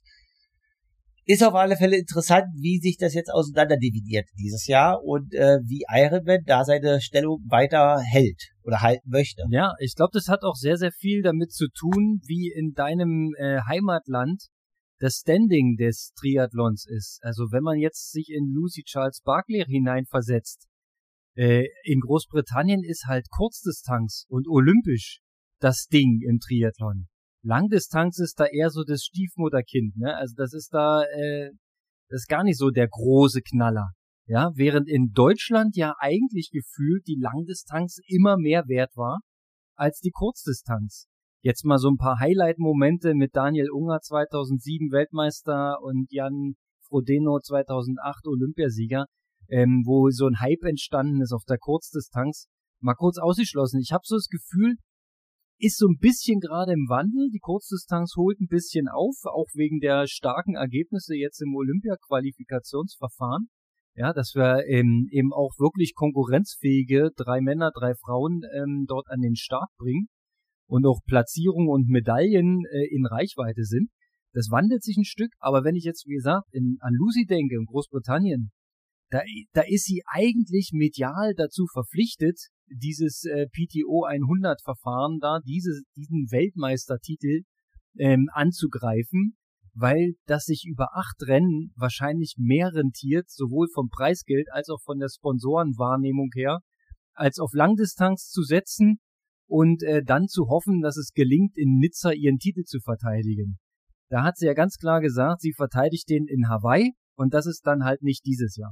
Ist auf alle Fälle interessant, wie sich das jetzt auseinanderdividiert dieses Jahr und äh, wie Ironman da seine Stellung weiter hält oder halten möchte. Ja, ich glaube, das hat auch sehr, sehr viel damit zu tun, wie in deinem äh, Heimatland das Standing des Triathlons ist. Also wenn man jetzt sich in Lucy Charles Barkley hineinversetzt, äh, in Großbritannien ist halt Kurzdistanz und olympisch das Ding im Triathlon. Langdistanz ist da eher so das Stiefmutterkind, ne? Also das ist da, äh, das ist gar nicht so der große Knaller, ja? Während in Deutschland ja eigentlich gefühlt die Langdistanz immer mehr wert war als die Kurzdistanz. Jetzt mal so ein paar Highlight-Momente mit Daniel Unger zweitausendsieben Weltmeister und Jan Frodeno zweitausendacht Olympiasieger, ähm, wo so ein Hype entstanden ist auf der Kurzdistanz. Mal kurz ausgeschlossen. Ich habe so das Gefühl, ist so ein bisschen gerade im Wandel. Die Kurzdistanz holt ein bisschen auf, auch wegen der starken Ergebnisse jetzt im Olympia-Qualifikationsverfahren. Ja, dass wir ähm, eben auch wirklich konkurrenzfähige drei Männer, drei Frauen ähm, dort an den Start bringen und auch Platzierungen und Medaillen äh, in Reichweite sind. Das wandelt sich ein Stück, aber wenn ich jetzt, wie gesagt, in, an Lucy denke, in Großbritannien, da, da ist sie eigentlich medial dazu verpflichtet, dieses äh, P T O hundert Verfahren da, diese, diesen Weltmeistertitel ähm, anzugreifen, weil das sich über acht Rennen wahrscheinlich mehr rentiert, sowohl vom Preisgeld als auch von der Sponsorenwahrnehmung her, als auf Langdistanz zu setzen und äh, dann zu hoffen, dass es gelingt, in Nizza ihren Titel zu verteidigen. Da hat sie ja ganz klar gesagt, sie verteidigt den in Hawaii und das ist dann halt nicht dieses Jahr.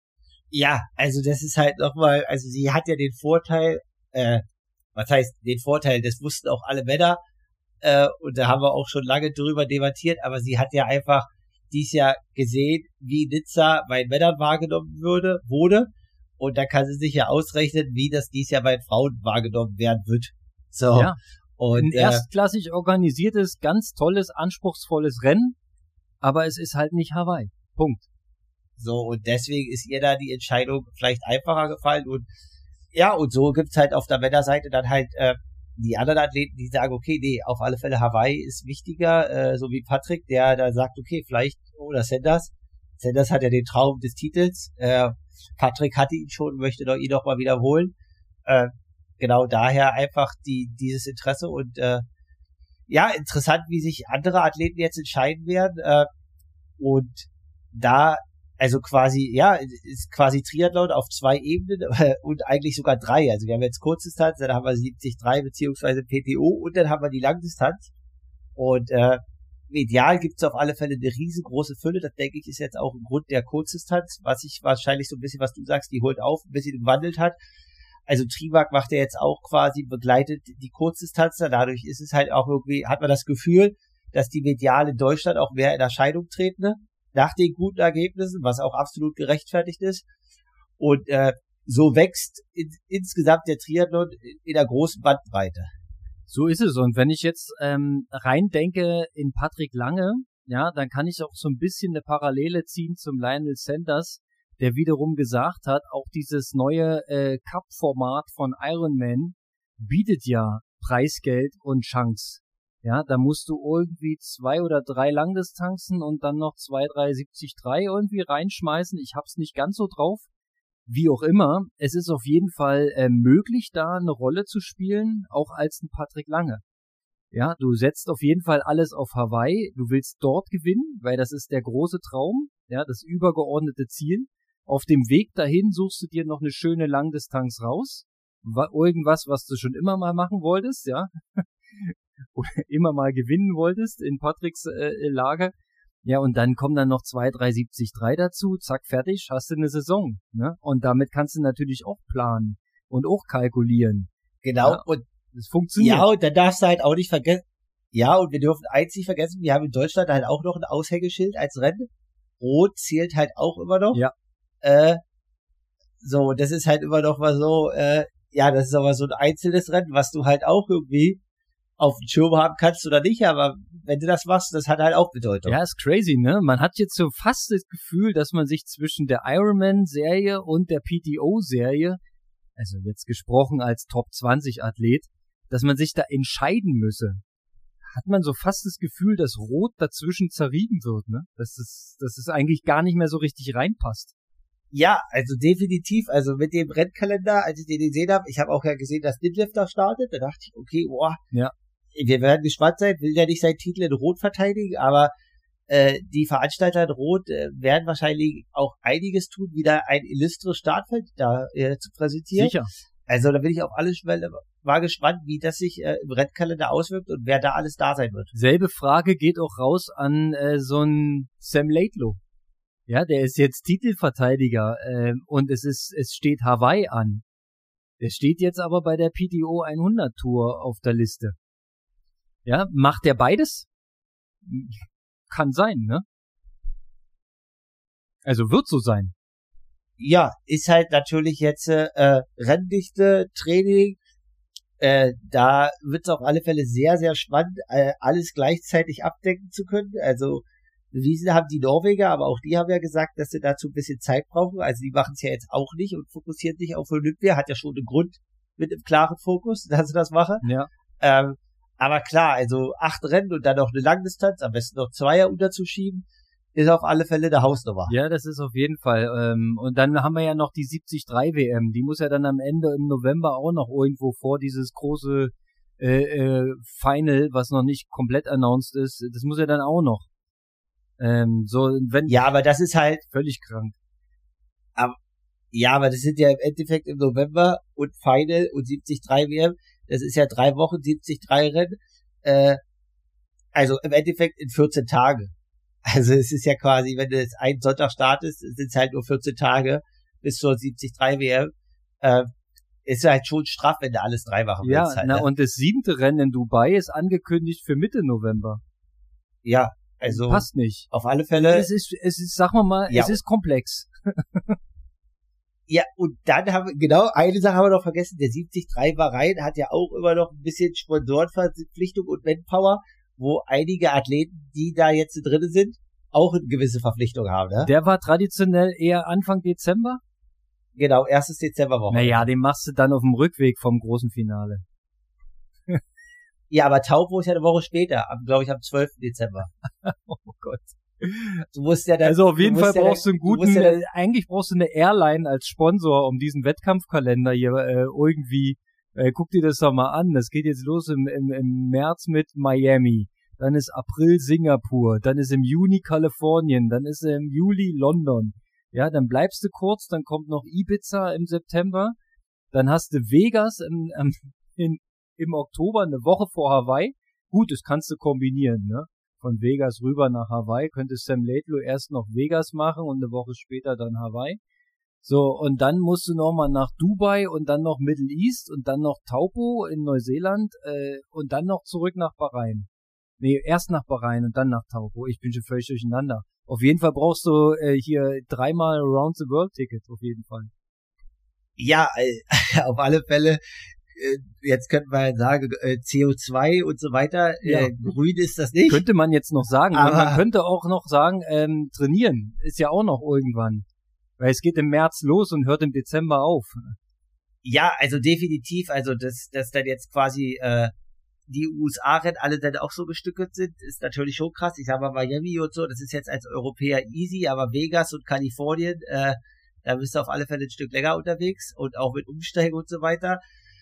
Ja, also das ist halt nochmal, also sie hat ja den Vorteil, äh, was heißt den Vorteil, das wussten auch alle Männer, äh, und da haben wir auch schon lange drüber debattiert, aber sie hat ja einfach dies Jahr gesehen, wie Nizza bei Männern wahrgenommen würde, wurde, und da kann sie sich ja ausrechnen, wie das dies Jahr bei Frauen wahrgenommen werden wird. So. Ja. Und, ein erstklassig organisiertes, ganz tolles, anspruchsvolles Rennen, aber es ist halt nicht Hawaii. Punkt. So, und deswegen ist ihr da die Entscheidung vielleicht einfacher gefallen. Und ja, und so gibt's halt auf der Männerseite dann halt äh, die anderen Athleten, die sagen, okay, nee, auf alle Fälle Hawaii ist wichtiger, äh, so wie Patrick, der da sagt, okay, vielleicht, oder Sanders. Sanders hat ja den Traum des Titels. Äh, Patrick hatte ihn schon, möchte doch ihn noch mal wiederholen. Äh, Genau daher einfach die dieses Interesse und äh, ja, interessant, wie sich andere Athleten jetzt entscheiden werden. Äh, und da, also quasi, ja, ist quasi Triathlon auf zwei Ebenen äh, und eigentlich sogar drei. Also wir haben jetzt Kurzdistanz, dann haben wir siebzig Komma drei beziehungsweise P T O und dann haben wir die Langdistanz. Und äh, medial gibt's auf alle Fälle eine riesengroße Fülle. Das, denke ich, ist jetzt auch ein Grund der Kurzdistanz, was sich wahrscheinlich so ein bisschen, was du sagst, die holt auf, ein bisschen gewandelt hat. Also Trimark macht ja jetzt auch quasi, begleitet die Kurzdistanzler, dadurch ist es halt auch irgendwie, hat man das Gefühl, dass die medial in Deutschland auch mehr in Erscheinung treten, ne? Nach den guten Ergebnissen, was auch absolut gerechtfertigt ist. Und äh, so wächst in, insgesamt der Triathlon in der großen Bandbreite. So ist es. Und wenn ich jetzt ähm, reindenke in Patrick Lange, ja, dann kann ich auch so ein bisschen eine Parallele ziehen zum Lionel Sanders, der wiederum gesagt hat, auch dieses neue äh, Cup-Format von Ironman bietet ja Preisgeld und Chance. Ja, da musst du irgendwie zwei oder drei Langdistanzen und dann noch zwei, drei siebzig drei irgendwie reinschmeißen. Ich hab's nicht ganz so drauf. Wie auch immer, es ist auf jeden Fall äh, möglich, da eine Rolle zu spielen, auch als ein Patrick Lange. Ja, du setzt auf jeden Fall alles auf Hawaii. Du willst dort gewinnen, weil das ist der große Traum, ja, das übergeordnete Ziel. Auf dem Weg dahin suchst du dir noch eine schöne Langdistanz raus. Irgendwas, was du schon immer mal machen wolltest, ja. Oder immer mal gewinnen wolltest in Patricks äh, Lager. Ja, und dann kommen dann noch zwei, drei siebzig drei dazu. Zack, fertig, hast du eine Saison. Ne? Und damit kannst du natürlich auch planen und auch kalkulieren. Genau. Ja, und das funktioniert. Ja, und dann darfst du halt auch nicht vergessen. Ja, und wir dürfen eins nicht vergessen, wir haben in Deutschland halt auch noch ein Aushängeschild als Rennen. Rot zählt halt auch immer noch. Ja. Äh, so, das ist halt immer noch mal so, äh, ja, das ist aber so ein einzelnes Rennen, was du halt auch irgendwie auf dem Schirm haben kannst oder nicht, aber wenn du das machst, das hat halt auch Bedeutung. Ja, ist crazy, ne? Man hat jetzt so fast das Gefühl, dass man sich zwischen der Ironman-Serie und der P T O-Serie, also jetzt gesprochen als Top zwanzig Athlet, dass man sich da entscheiden müsse. Hat man so fast das Gefühl, dass Rot dazwischen zerrieben wird, ne? Dass es, dass es eigentlich gar nicht mehr so richtig reinpasst. Ja, also definitiv, also mit dem Rennkalender, als ich den gesehen habe, ich habe auch ja gesehen, dass Ditlev da startet, da dachte ich, okay, boah, ja. Wir werden gespannt sein, will ja nicht seinen Titel in Rot verteidigen, aber äh, die Veranstalter in Rot äh, werden wahrscheinlich auch einiges tun, wieder ein illustres Startfeld da äh, zu präsentieren. Sicher. Also da bin ich auf alle Fälle mal gespannt, wie das sich äh, im Rennkalender auswirkt und wer da alles da sein wird. Selbe Frage geht auch raus an äh, so einen Sam Laidlow. Ja, der ist jetzt Titelverteidiger äh, und es ist es steht Hawaii an. Der steht jetzt aber bei der P T O hundert Tour auf der Liste. Ja, macht der beides? Kann sein, ne? Also wird so sein. Ja, ist halt natürlich jetzt äh, Renndichte, Training, äh, da wird es auf alle Fälle sehr, sehr spannend, äh, alles gleichzeitig abdecken zu können. Also bewiesen haben die Norweger, aber auch die haben ja gesagt, dass sie dazu ein bisschen Zeit brauchen. Also die machen es ja jetzt auch nicht und fokussieren sich auf Olympia. Hat ja schon einen Grund mit einem klaren Fokus, dass sie das machen. Ja. Ähm, aber klar, also acht Rennen und dann noch eine Langdistanz, am besten noch Zweier unterzuschieben, ist auf alle Fälle eine Hausnummer. Ja, das ist auf jeden Fall. Ähm, und dann haben wir ja noch die siebzig drei W M. Die muss ja dann am Ende im November auch noch irgendwo vor dieses große äh, äh, Final, was noch nicht komplett announced ist. Das muss ja dann auch noch. Ähm, so, wenn. Ja, aber das ist halt. Völlig krank. Aber, ja, aber das sind ja im Endeffekt im November und Final und siebzig drei W M. Das ist ja drei Wochen, siebzig drei Rennen. Äh, also im Endeffekt in vierzehn Tage. Also es ist ja quasi, wenn du jetzt einen Sonntag startest, sind es halt nur vierzehn Tage bis zur siebzig drei W M. Äh, ist halt schon straff, wenn du alles drei machen ja, willst. Halt, na ne? und das siebte Rennen in Dubai ist angekündigt für Mitte November. Ja, also passt nicht. Auf alle Fälle. Es ist, es ist, sagen wir mal, ja. es ist komplex. Ja, und dann haben wir, genau, eine Sache haben wir noch vergessen, der siebzig drei Bahrain hat ja auch immer noch ein bisschen Sponsorenverpflichtung und Manpower, wo einige Athleten, die da jetzt drin sind, auch eine gewisse Verpflichtung haben, ne? Der war traditionell eher Anfang Dezember? Genau, erstes Dezemberwoche. Naja, den machst du dann auf dem Rückweg vom großen Finale. Ja, aber Taupo ist ja eine Woche später, glaube ich am zwölften Dezember. Oh Gott. Du musst ja dann, also auf jeden Fall ja brauchst dann, du einen guten, du ja dann, äh, eigentlich brauchst du eine Airline als Sponsor, um diesen Wettkampfkalender hier äh, irgendwie, äh, guck dir das doch mal an. Das geht jetzt los im, im, im März mit Miami, dann ist April Singapur, dann ist im Juni Kalifornien, dann ist im Juli London. Ja, dann bleibst du kurz, dann kommt noch Ibiza im September, dann hast du Vegas im, im, in, im Oktober, eine Woche vor Hawaii. Gut, das kannst du kombinieren, ne? Von Vegas rüber nach Hawaii könnte Sam Laidlow erst noch Vegas machen und eine Woche später dann Hawaii. So, und dann musst du nochmal nach Dubai und dann noch Middle East und dann noch Taupo in Neuseeland äh, und dann noch zurück nach Bahrain. Nee, erst nach Bahrain und dann nach Taupo. Ich bin schon völlig durcheinander. Auf jeden Fall brauchst du äh, hier dreimal Around the World Ticket, auf jeden Fall. Ja, äh, auf alle Fälle. Jetzt könnte man sagen, C O zwei und so weiter, ja. äh, grün ist das nicht. Könnte man jetzt noch sagen, aber man könnte auch noch sagen, ähm, trainieren ist ja auch noch irgendwann. Weil es geht im März los und hört im Dezember auf. Ja, also definitiv, also dass, dass dann jetzt quasi äh, die U S A-Rennen alle dann auch so gestückelt sind, ist natürlich schon krass. Ich sag mal Miami und so, das ist jetzt als Europäer easy, aber Vegas und Kalifornien, äh, da bist du auf alle Fälle ein Stück länger unterwegs und auch mit Umsteigen und so weiter.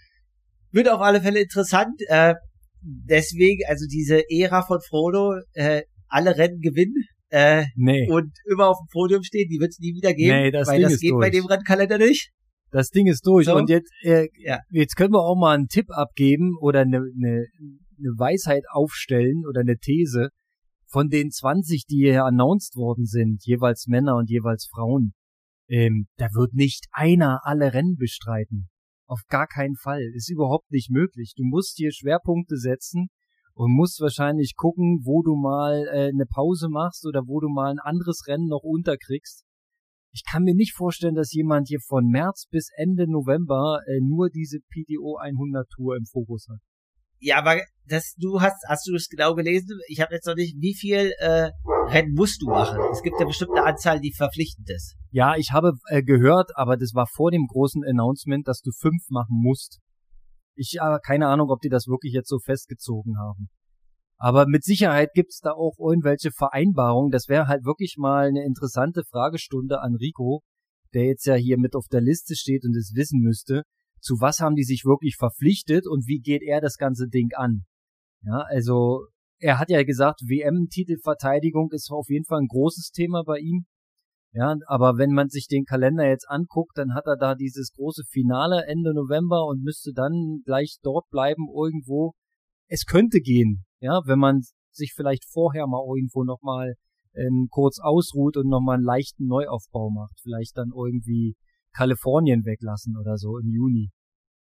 Wird auf alle Fälle interessant. Äh, deswegen, also diese Ära von Frodo, äh, alle Rennen gewinnen äh, nee. und immer auf dem Podium stehen, die wird es nie wieder geben, nee, das weil Ding das ist geht durch. Bei dem Rennkalender nicht. Das Ding ist durch. So. Und jetzt, äh, ja. jetzt können wir auch mal einen Tipp abgeben oder eine, eine, eine Weisheit aufstellen oder eine These von den zwanzig, die hier announced worden sind, jeweils Männer und jeweils Frauen. Ähm, da wird nicht einer alle Rennen bestreiten. Auf gar keinen Fall. Ist überhaupt nicht möglich. Du musst hier Schwerpunkte setzen und musst wahrscheinlich gucken, wo du mal äh, eine Pause machst oder wo du mal ein anderes Rennen noch unterkriegst. Ich kann mir nicht vorstellen, dass jemand hier von März bis Ende November äh, nur diese P T O hundert Tour im Fokus hat. Ja, aber das, du hast, hast du das genau gelesen? Ich habe jetzt noch nicht, wie viel äh, Rennen musst du machen? Es gibt ja bestimmt eine Anzahl, die verpflichtend ist. Ja, ich habe äh, gehört, aber das war vor dem großen Announcement, dass du fünf machen musst. Ich habe keine Ahnung, ob die das wirklich jetzt so festgezogen haben. Aber mit Sicherheit gibt's da auch irgendwelche Vereinbarungen. Das wäre halt wirklich mal eine interessante Fragestunde an Rico, der jetzt ja hier mit auf der Liste steht und es wissen müsste. Zu was haben die sich wirklich verpflichtet und wie geht er das ganze Ding an? Ja, also er hat ja gesagt, W M-Titelverteidigung ist auf jeden Fall ein großes Thema bei ihm. Ja, aber wenn man sich den Kalender jetzt anguckt, dann hat er da dieses große Finale Ende November und müsste dann gleich dort bleiben irgendwo. Es könnte gehen, ja, wenn man sich vielleicht vorher mal irgendwo nochmal ähm, kurz ausruht und nochmal einen leichten Neuaufbau macht. Vielleicht dann irgendwie Kalifornien weglassen oder so im Juni.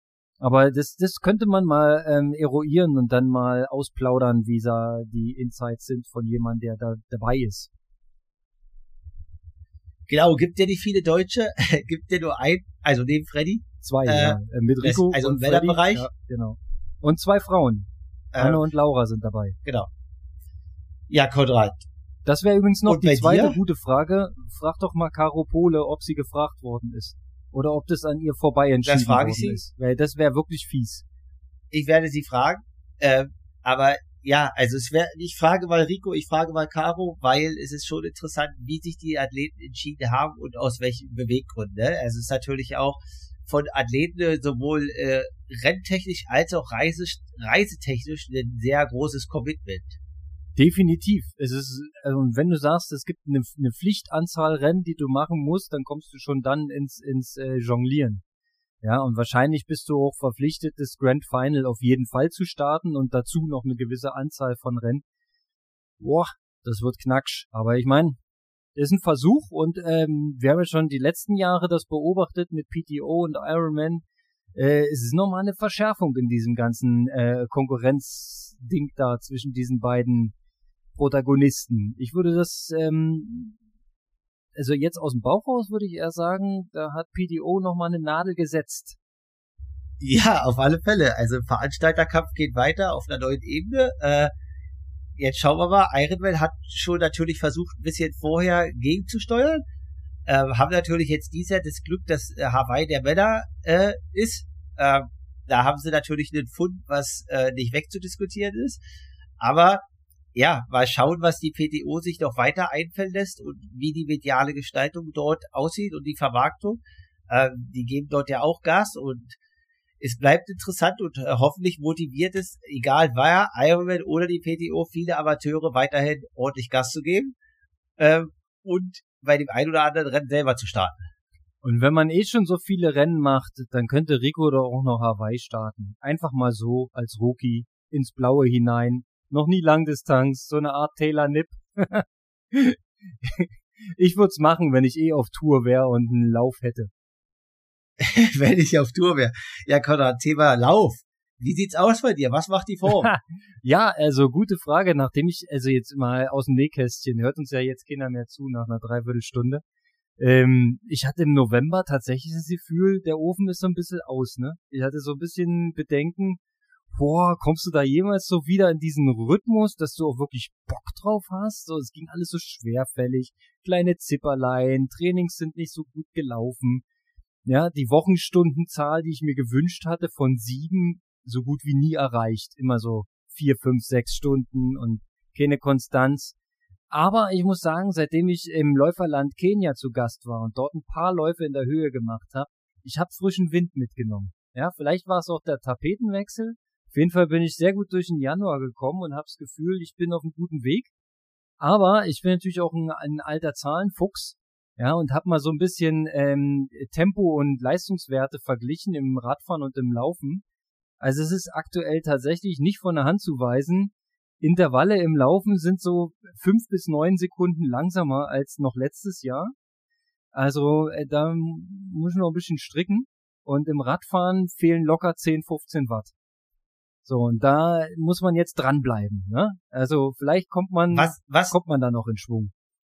Aber das, das könnte man mal ähm, eruieren und dann mal ausplaudern, wie da die Insights sind von jemandem, der da dabei ist. Genau, gibt ja nicht viele Deutsche, gibt ja nur ein, also neben Freddy. Zwei, äh, ja, mit Rico also und im Männerbereich. Ja, genau. Und zwei Frauen. Äh, Anne und Laura sind dabei. Genau. Ja, Konrad. Das wäre übrigens noch und die zweite dir? gute Frage. Frag doch mal Caro Pole, ob sie gefragt worden ist. Oder ob das an ihr vorbei entschieden das frage worden ich sie. ist. Weil das wäre wirklich fies. Ich werde sie fragen. Äh, aber ja, also es wäre, ich frage mal Rico, ich frage mal Caro, weil es ist schon interessant, wie sich die Athleten entschieden haben und aus welchen Beweggründen. Ne? Also es ist natürlich auch von Athleten sowohl äh, renntechnisch als auch reise, reisetechnisch ein sehr großes Commitment. Definitiv. Es ist, also wenn du sagst, es gibt eine, eine Pflichtanzahl Rennen, die du machen musst, dann kommst du schon dann ins, ins äh, Jonglieren. Ja, und wahrscheinlich bist du auch verpflichtet, das Grand Final auf jeden Fall zu starten und dazu noch eine gewisse Anzahl von Rennen. Boah, das wird knacksch. Aber ich meine, ist ein Versuch und ähm, wir haben ja schon die letzten Jahre das beobachtet mit P T O und Ironman. Äh, es ist nochmal eine Verschärfung in diesem ganzen äh, Konkurrenzding da zwischen diesen beiden Protagonisten. Ich würde das, ähm, also jetzt aus dem Bauch raus würde ich eher sagen, da hat P T O nochmal eine Nadel gesetzt. Ja, auf alle Fälle. Also Veranstalterkampf geht weiter auf einer neuen Ebene. Äh, jetzt schauen wir mal. Ironman hat schon natürlich versucht, ein bisschen vorher gegenzusteuern. Äh, haben natürlich jetzt dieses Jahr das Glück, dass äh, Hawaii der Männer äh, ist. Äh, da haben sie natürlich einen Fund, was äh, nicht wegzudiskutieren ist. Aber ja, mal schauen, was die P T O sich noch weiter einfallen lässt und wie die mediale Gestaltung dort aussieht und die Vermarktung. Äh, die geben dort ja auch Gas und es bleibt interessant und äh, hoffentlich motiviert es, egal wer, Ironman oder die P T O, viele Amateure weiterhin ordentlich Gas zu geben äh, und bei dem ein oder anderen Rennen selber zu starten. Und wenn man eh schon so viele Rennen macht, dann könnte Rico doch auch noch Hawaii starten. Einfach mal so als Rookie ins Blaue hinein. Noch nie Langdistanz, so eine Art Taylor Nipp. Ich würde es machen, wenn ich eh auf Tour wäre und einen Lauf hätte. Wenn ich auf Tour wäre. Ja, Konrad, Thema Lauf. Wie sieht's aus bei dir? Was macht die Form? Ja, also gute Frage, nachdem ich, also jetzt mal aus dem Nähkästchen, hört uns ja jetzt keiner mehr zu nach einer Dreiviertelstunde. Ähm, ich hatte im November tatsächlich das Gefühl, der Ofen ist so ein bisschen aus, ne? Ich hatte so ein bisschen Bedenken, boah, kommst du da jemals so wieder in diesen Rhythmus, dass du auch wirklich Bock drauf hast? So, es ging alles so schwerfällig, kleine Zipperlein, Trainings sind nicht so gut gelaufen. Ja, die Wochenstundenzahl, die ich mir gewünscht hatte, von sieben, so gut wie nie erreicht. Immer so vier, fünf, sechs Stunden und keine Konstanz. Aber ich muss sagen, seitdem ich im Läuferland Kenia zu Gast war und dort ein paar Läufe in der Höhe gemacht habe, ich habe frischen Wind mitgenommen. Ja, vielleicht war es auch der Tapetenwechsel. Auf jeden Fall bin ich sehr gut durch den Januar gekommen und habe das Gefühl, ich bin auf einem guten Weg. Aber ich bin natürlich auch ein, ein alter Zahlenfuchs, ja, und habe mal so ein bisschen ähm, Tempo und Leistungswerte verglichen im Radfahren und im Laufen. Also es ist aktuell tatsächlich nicht von der Hand zu weisen. Intervalle im Laufen sind so fünf bis neun Sekunden langsamer als noch letztes Jahr. Also äh, da muss ich noch ein bisschen stricken. Und im Radfahren fehlen locker zehn, fünfzehn Watt. So, und da muss man jetzt dranbleiben, ne? Also vielleicht kommt man, was, was, kommt man da noch in Schwung.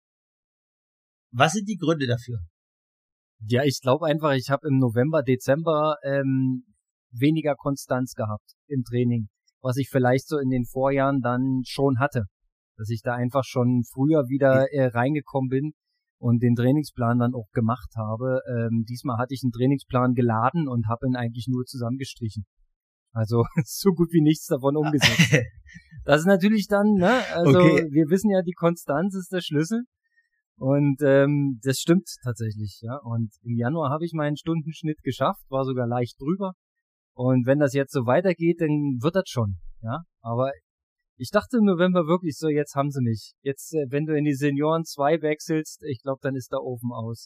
Was sind die Gründe dafür? Ja, ich glaube einfach, ich habe im November, Dezember ähm, weniger Konstanz gehabt im Training, was ich vielleicht so in den Vorjahren dann schon hatte. Dass ich da einfach schon früher wieder äh, reingekommen bin und den Trainingsplan dann auch gemacht habe. Ähm, diesmal hatte ich einen Trainingsplan geladen und habe ihn eigentlich nur zusammengestrichen. Also so gut wie nichts davon umgesetzt. Das ist natürlich dann, ne, also okay. Wir wissen ja, die Konstanz ist der Schlüssel und ähm, das stimmt tatsächlich, ja. Und im Januar habe ich meinen Stundenschnitt geschafft, war sogar leicht drüber. Und wenn das jetzt so weitergeht, dann wird das schon, ja. Aber ich dachte im November wirklich so, jetzt haben sie mich. Jetzt, äh, wenn du in die Senioren zwei wechselst, ich glaube, dann ist der Ofen aus.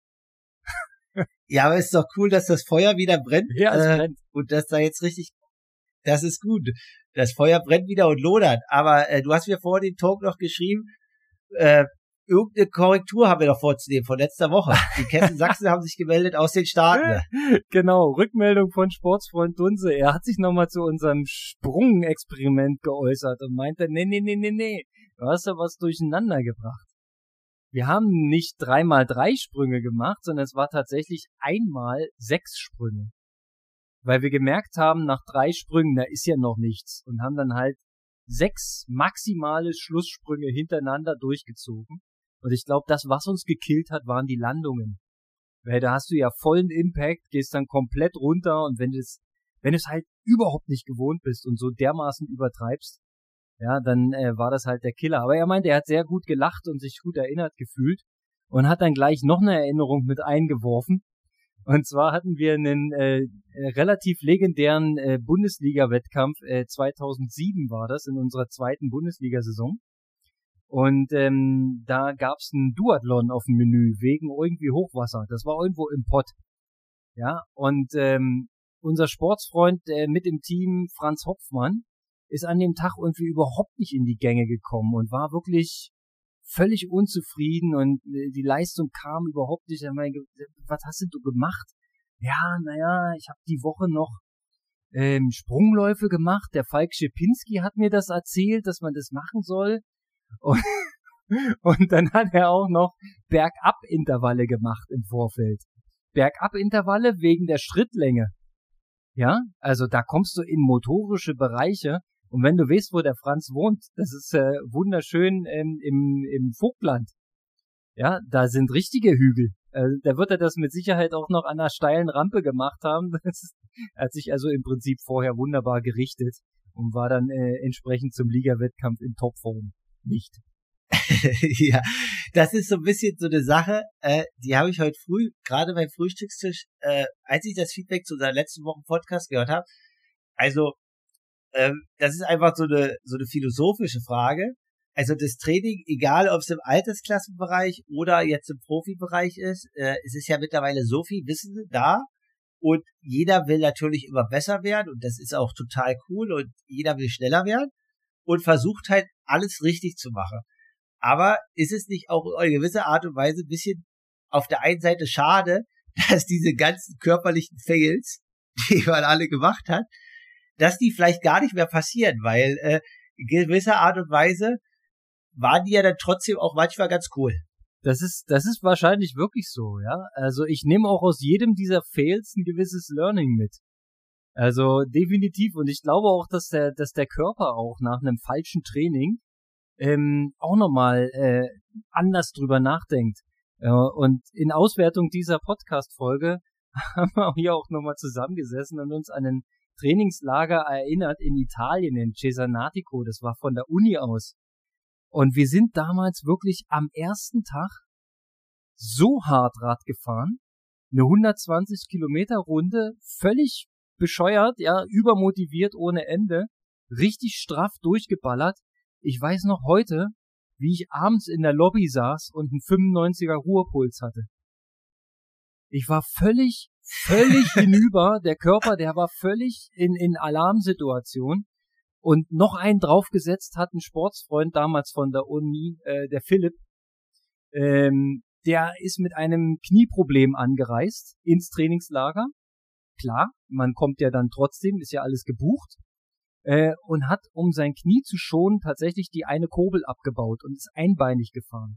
Ja, aber ist doch cool, dass das Feuer wieder brennt. Ja, es äh, brennt. Und dass da jetzt richtig, das ist gut. Das Feuer brennt wieder und lodert. Aber äh, du hast mir vor dem Talk noch geschrieben, äh, irgendeine Korrektur haben wir noch vorzunehmen von letzter Woche. Die Kessen Sachsen haben sich gemeldet aus den Staaten. Genau, Rückmeldung von Sportsfreund Dunse. Er hat sich nochmal zu unserem Sprung-Experiment geäußert und meinte, nee, nee, nee, nee, nee, du hast da was durcheinander gebracht. Wir haben nicht dreimal drei Sprünge gemacht, sondern es war tatsächlich einmal sechs Sprünge. Weil wir gemerkt haben, nach drei Sprüngen, da ist ja noch nichts. Und haben dann halt sechs maximale Schlusssprünge hintereinander durchgezogen. Und ich glaube, das, was uns gekillt hat, waren die Landungen. Weil da hast du ja vollen Impact, gehst dann komplett runter und wenn du es, wenn du es halt überhaupt nicht gewohnt bist und so dermaßen übertreibst, ja, dann äh, war das halt der Killer. Aber er meinte, er hat sehr gut gelacht und sich gut erinnert gefühlt und hat dann gleich noch eine Erinnerung mit eingeworfen. Und zwar hatten wir einen äh, relativ legendären äh, Bundesliga-Wettkampf, äh, zweitausendsieben war das, in unserer zweiten Bundesliga-Saison. Und ähm, da gab's einen Duathlon auf dem Menü, wegen irgendwie Hochwasser. Das war irgendwo im Pott. Ja, und ähm, unser Sportsfreund äh, mit im Team, Franz Hopfmann, ist an dem Tag irgendwie überhaupt nicht in die Gänge gekommen und war wirklich völlig unzufrieden und die Leistung kam überhaupt nicht. Er meinte, was hast du gemacht? Ja, naja, ich habe die Woche noch ähm, Sprungläufe gemacht. Der Falk Schepinski hat mir das erzählt, dass man das machen soll. Und, und dann hat er auch noch Bergab-Intervalle gemacht im Vorfeld. Bergab-Intervalle wegen der Schrittlänge. Ja, also da kommst du in motorische Bereiche. Und wenn du weißt, wo der Franz wohnt, das ist äh, wunderschön ähm, im, im Vogtland. Ja, da sind richtige Hügel. Äh, da wird er das mit Sicherheit auch noch an einer steilen Rampe gemacht haben. Das ist, er hat sich also im Prinzip vorher wunderbar gerichtet und war dann äh, entsprechend zum Liga-Wettkampf in Topform. Nicht. Ja, das ist so ein bisschen so eine Sache, äh, die habe ich heute früh, gerade beim Frühstückstisch, äh, als ich das Feedback zu unserem letzten Wochen Podcast gehört habe. Also, ähm, das ist einfach so eine so eine philosophische Frage. Also das Training, egal ob es im Altersklassenbereich oder jetzt im Profibereich ist, äh, es ist ja mittlerweile so viel Wissen da und jeder will natürlich immer besser werden und das ist auch total cool und jeder will schneller werden und versucht halt alles richtig zu machen. Aber ist es nicht auch in gewisser Art und Weise ein bisschen auf der einen Seite schade, dass diese ganzen körperlichen Fails, die man alle gemacht hat, dass die vielleicht gar nicht mehr passieren, weil äh, in gewisser Art und Weise waren die ja dann trotzdem auch manchmal ganz cool. Das ist, das ist wahrscheinlich wirklich so, ja. Also ich nehme auch aus jedem dieser Fails ein gewisses Learning mit. Also definitiv. Und ich glaube auch, dass der, dass der Körper auch nach einem falschen Training ähm, auch nochmal äh, anders drüber nachdenkt. Äh, und in Auswertung dieser Podcast-Folge haben wir hier auch nochmal zusammengesessen und uns an ein Trainingslager erinnert in Italien, in Cesanatico. Das war von der Uni aus. Und wir sind damals wirklich am ersten Tag so hart Rad gefahren, eine hundertzwanzig Kilometer Runde, völlig bescheuert, ja, übermotiviert ohne Ende, richtig straff durchgeballert. Ich weiß noch heute, wie ich abends in der Lobby saß und einen fünfundneunziger Ruhepuls hatte. Ich war völlig, völlig hinüber, der Körper, der war völlig in, in Alarmsituation. Und noch einen draufgesetzt hat ein Sportsfreund damals von der Uni, äh, der Philipp, ähm, der ist mit einem Knieproblem angereist ins Trainingslager. Klar, man kommt ja dann trotzdem, ist ja alles gebucht. Äh, und hat, um sein Knie zu schonen, tatsächlich die eine Kurbel abgebaut und ist einbeinig gefahren.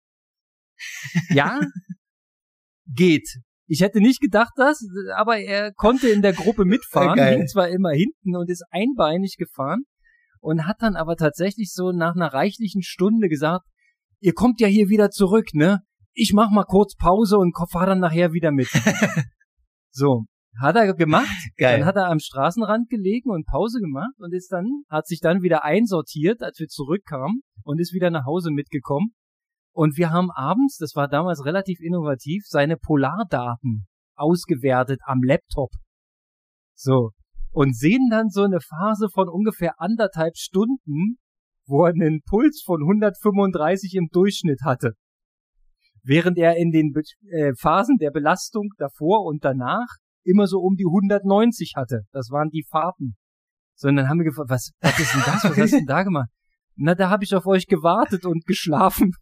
Ja, geht. Ich hätte nicht gedacht das, aber er konnte in der Gruppe mitfahren, Geil. ging zwar immer hinten und ist einbeinig gefahren und hat dann aber tatsächlich so nach einer reichlichen Stunde gesagt, ihr kommt ja hier wieder zurück, ne? Ich mach mal kurz Pause und fahr dann nachher wieder mit. So, hat er gemacht, Geil. Dann hat er am Straßenrand gelegen und Pause gemacht und ist dann, hat sich dann wieder einsortiert, als wir zurückkamen und ist wieder nach Hause mitgekommen. Und wir haben abends, das war damals relativ innovativ, seine Polardaten ausgewertet am Laptop. So. Und sehen dann so eine Phase von ungefähr anderthalb Stunden, wo er einen Puls von hundertfünfunddreißig im Durchschnitt hatte. Während er in den Be- äh, Phasen der Belastung davor und danach immer so um die hundertneunzig hatte. Das waren die Fahrten. So, und dann haben wir gefragt, was, was ist denn das? Was hast du denn da gemacht? Na, da habe ich auf euch gewartet und geschlafen.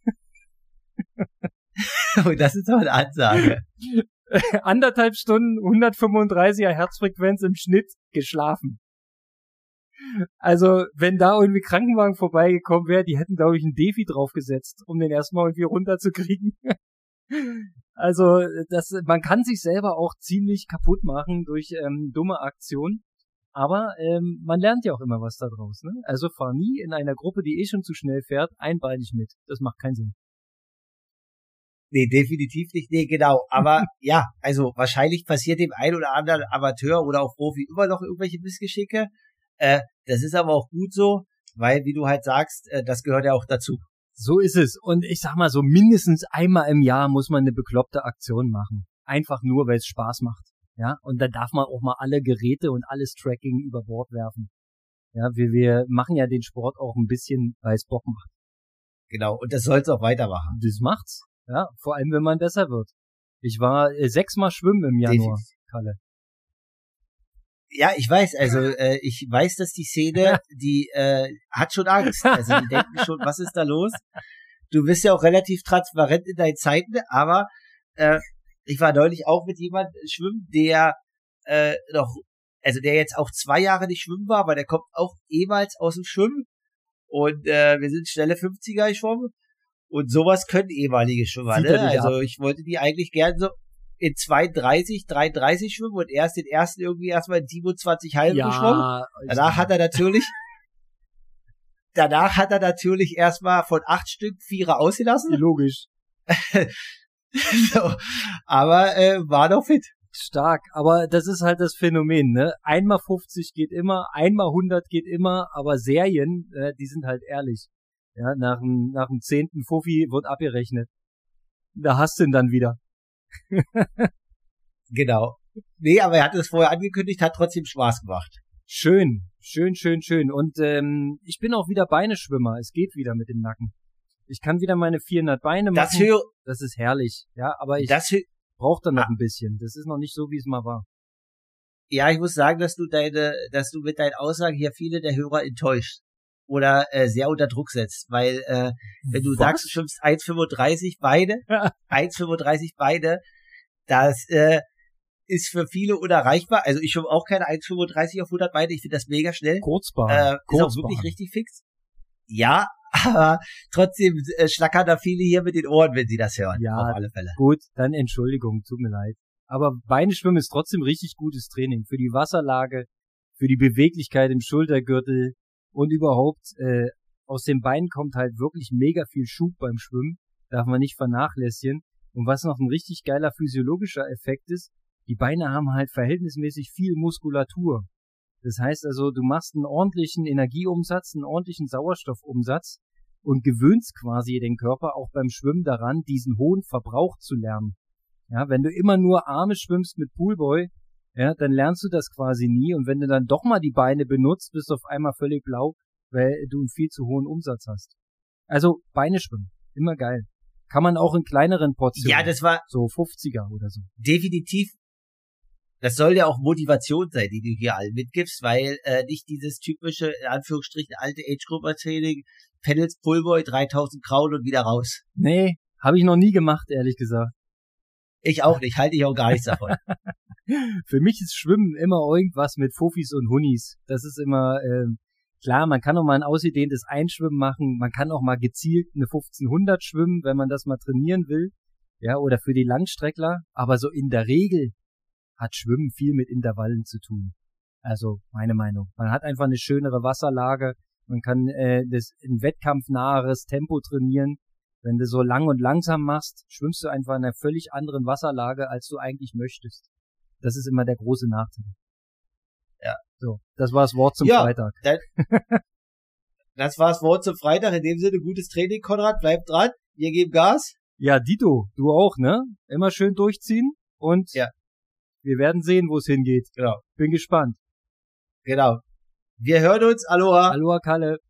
Oh, das ist doch eine Ansage. Anderthalb Stunden, hundertfünfunddreißiger Herzfrequenz im Schnitt, geschlafen. Also, wenn da irgendwie Krankenwagen vorbeigekommen wäre, die hätten, glaube ich, ein Defi draufgesetzt, um den erstmal irgendwie runterzukriegen. Also, das, man kann sich selber auch ziemlich kaputt machen durch ähm, dumme Aktionen. Aber ähm, man lernt ja auch immer was da draus, ne? Also fahr nie in einer Gruppe, die eh schon zu schnell fährt, einbeinig mit. Das macht keinen Sinn. Nee, definitiv nicht. Nee, genau. Aber ja, also wahrscheinlich passiert dem ein oder anderen Amateur oder auch Profi immer noch irgendwelche Missgeschicke. Äh, das ist aber auch gut so, weil, wie du halt sagst, äh, das gehört ja auch dazu. So ist es. Und ich sag mal so, mindestens einmal im Jahr muss man eine bekloppte Aktion machen. einfach nur, weil es Spaß macht. Ja, und da darf man auch mal alle Geräte und alles Tracking über Bord werfen. Ja, wir, wir machen ja den Sport auch ein bisschen, weil es Bock macht. Genau, und das soll's auch weitermachen. Das macht's, ja, vor allem, wenn man besser wird. Ich war äh, sechsmal schwimmen im Januar, Definitiv. Kalle. Ja, ich weiß, also äh, ich weiß, dass die Szene, die äh, hat schon Angst. Also die denken schon, was ist da los? Du bist ja auch relativ transparent in deinen Zeiten, aber äh, ich war neulich auch mit jemandem schwimmen, der äh, noch, also der jetzt auch zwei Jahre nicht schwimmen war, aber der kommt auch ehemals aus dem Schwimmen. Und äh, wir sind schnelle fünfziger geschwommen. Und sowas können ehemalige Schwimmer, ne? Also ab. Ich wollte die eigentlich gern so in zweiunddreißig, dreiunddreißig schwimmen und erst den ersten irgendwie erstmal in siebenundzwanzig halben ja, geschwommen. Danach hat er natürlich, danach hat er natürlich erstmal von acht Stück Vierer ausgelassen. Logisch. So, aber äh, war doch fit. Stark, aber das ist halt das Phänomen, ne? Einmal fünfzig geht immer, einmal hundert geht immer, aber Serien, äh, die sind halt ehrlich. Ja, nach dem, nach dem zehnten Fuffi wird abgerechnet. Da hast du ihn dann wieder. Genau. Nee, aber er hat es vorher angekündigt, hat trotzdem Spaß gemacht. Schön, schön, schön, schön. Und ähm, ich bin auch wieder Beineschwimmer. Es geht wieder mit dem Nacken. Ich kann wieder meine vierhundert Beine machen. Das, hör, das ist herrlich. Ja, aber ich das hör, brauche dann noch ah. ein bisschen. Das ist noch nicht so, wie es mal war. Ja, ich muss sagen, dass du deine, dass du mit deinen Aussagen hier viele der Hörer enttäuscht. Oder äh, sehr unter Druck setzt, weil äh, wenn du Was? sagst, du schwimmst eins fünfunddreißig beide, eins fünfunddreißig beide, das äh, ist für viele unerreichbar. Also ich schwimme auch keine eins fünfunddreißig auf hundert beide, ich finde das mega schnell. Kurzbahn. Äh, ist Kurzbahn. auch wirklich richtig fix. Ja, aber trotzdem äh, schlackern da viele hier mit den Ohren, wenn sie das hören. Ja, auf alle Fälle. Gut, dann Entschuldigung, tut mir leid. Aber Beineschwimmen ist trotzdem richtig gutes Training. Für die Wasserlage, für die Beweglichkeit im Schultergürtel, und überhaupt, äh, aus den Beinen kommt halt wirklich mega viel Schub beim Schwimmen. Darf man nicht vernachlässigen. Und was noch ein richtig geiler physiologischer Effekt ist, die Beine haben halt verhältnismäßig viel Muskulatur. Das heißt also, du machst einen ordentlichen Energieumsatz, einen ordentlichen Sauerstoffumsatz und gewöhnst quasi den Körper auch beim Schwimmen daran, diesen hohen Verbrauch zu lernen. Ja, wenn du immer nur Arme schwimmst mit Poolboy, ja, dann lernst du das quasi nie, und wenn du dann doch mal die Beine benutzt, bist du auf einmal völlig blau, weil du einen viel zu hohen Umsatz hast. Also Beine schwimmen, immer geil. Kann man auch in kleineren Portionen. Ja, das war so fünfziger oder so. Definitiv. Das soll ja auch Motivation sein, die du hier allen mitgibst, weil äh, nicht dieses typische, in Anführungsstrichen, alte Age-Group-Training, Pedals, Pullboy, dreitausend Kraul und wieder raus. Nee, habe ich noch nie gemacht, ehrlich gesagt. Ich auch nicht, halte ich auch gar nichts davon. Für mich ist Schwimmen immer irgendwas mit Fuffis und Hunnis. Das ist immer, ähm, klar, man kann auch mal ein ausgedehntes Einschwimmen machen, man kann auch mal gezielt eine fünfzehnhundert schwimmen, wenn man das mal trainieren will, ja, oder für die Langstreckler, aber so in der Regel hat Schwimmen viel mit Intervallen zu tun. Also, meine Meinung. Man hat einfach eine schönere Wasserlage, man kann äh, das ein wettkampfnaheres Tempo trainieren. Wenn du so lang und langsam machst, schwimmst du einfach in einer völlig anderen Wasserlage, als du eigentlich möchtest. Das ist immer der große Nachteil. Ja. So, das war das Wort zum ja, Freitag. Das, das war das Wort zum Freitag. In dem Sinne, gutes Training, Konrad. Bleib dran. Wir geben Gas. Ja, Dito, du auch, ne? Immer schön durchziehen und ja. Wir werden sehen, wo es hingeht. Genau. Bin gespannt. Genau. Wir hören uns. Aloha. Aloha, Kalle.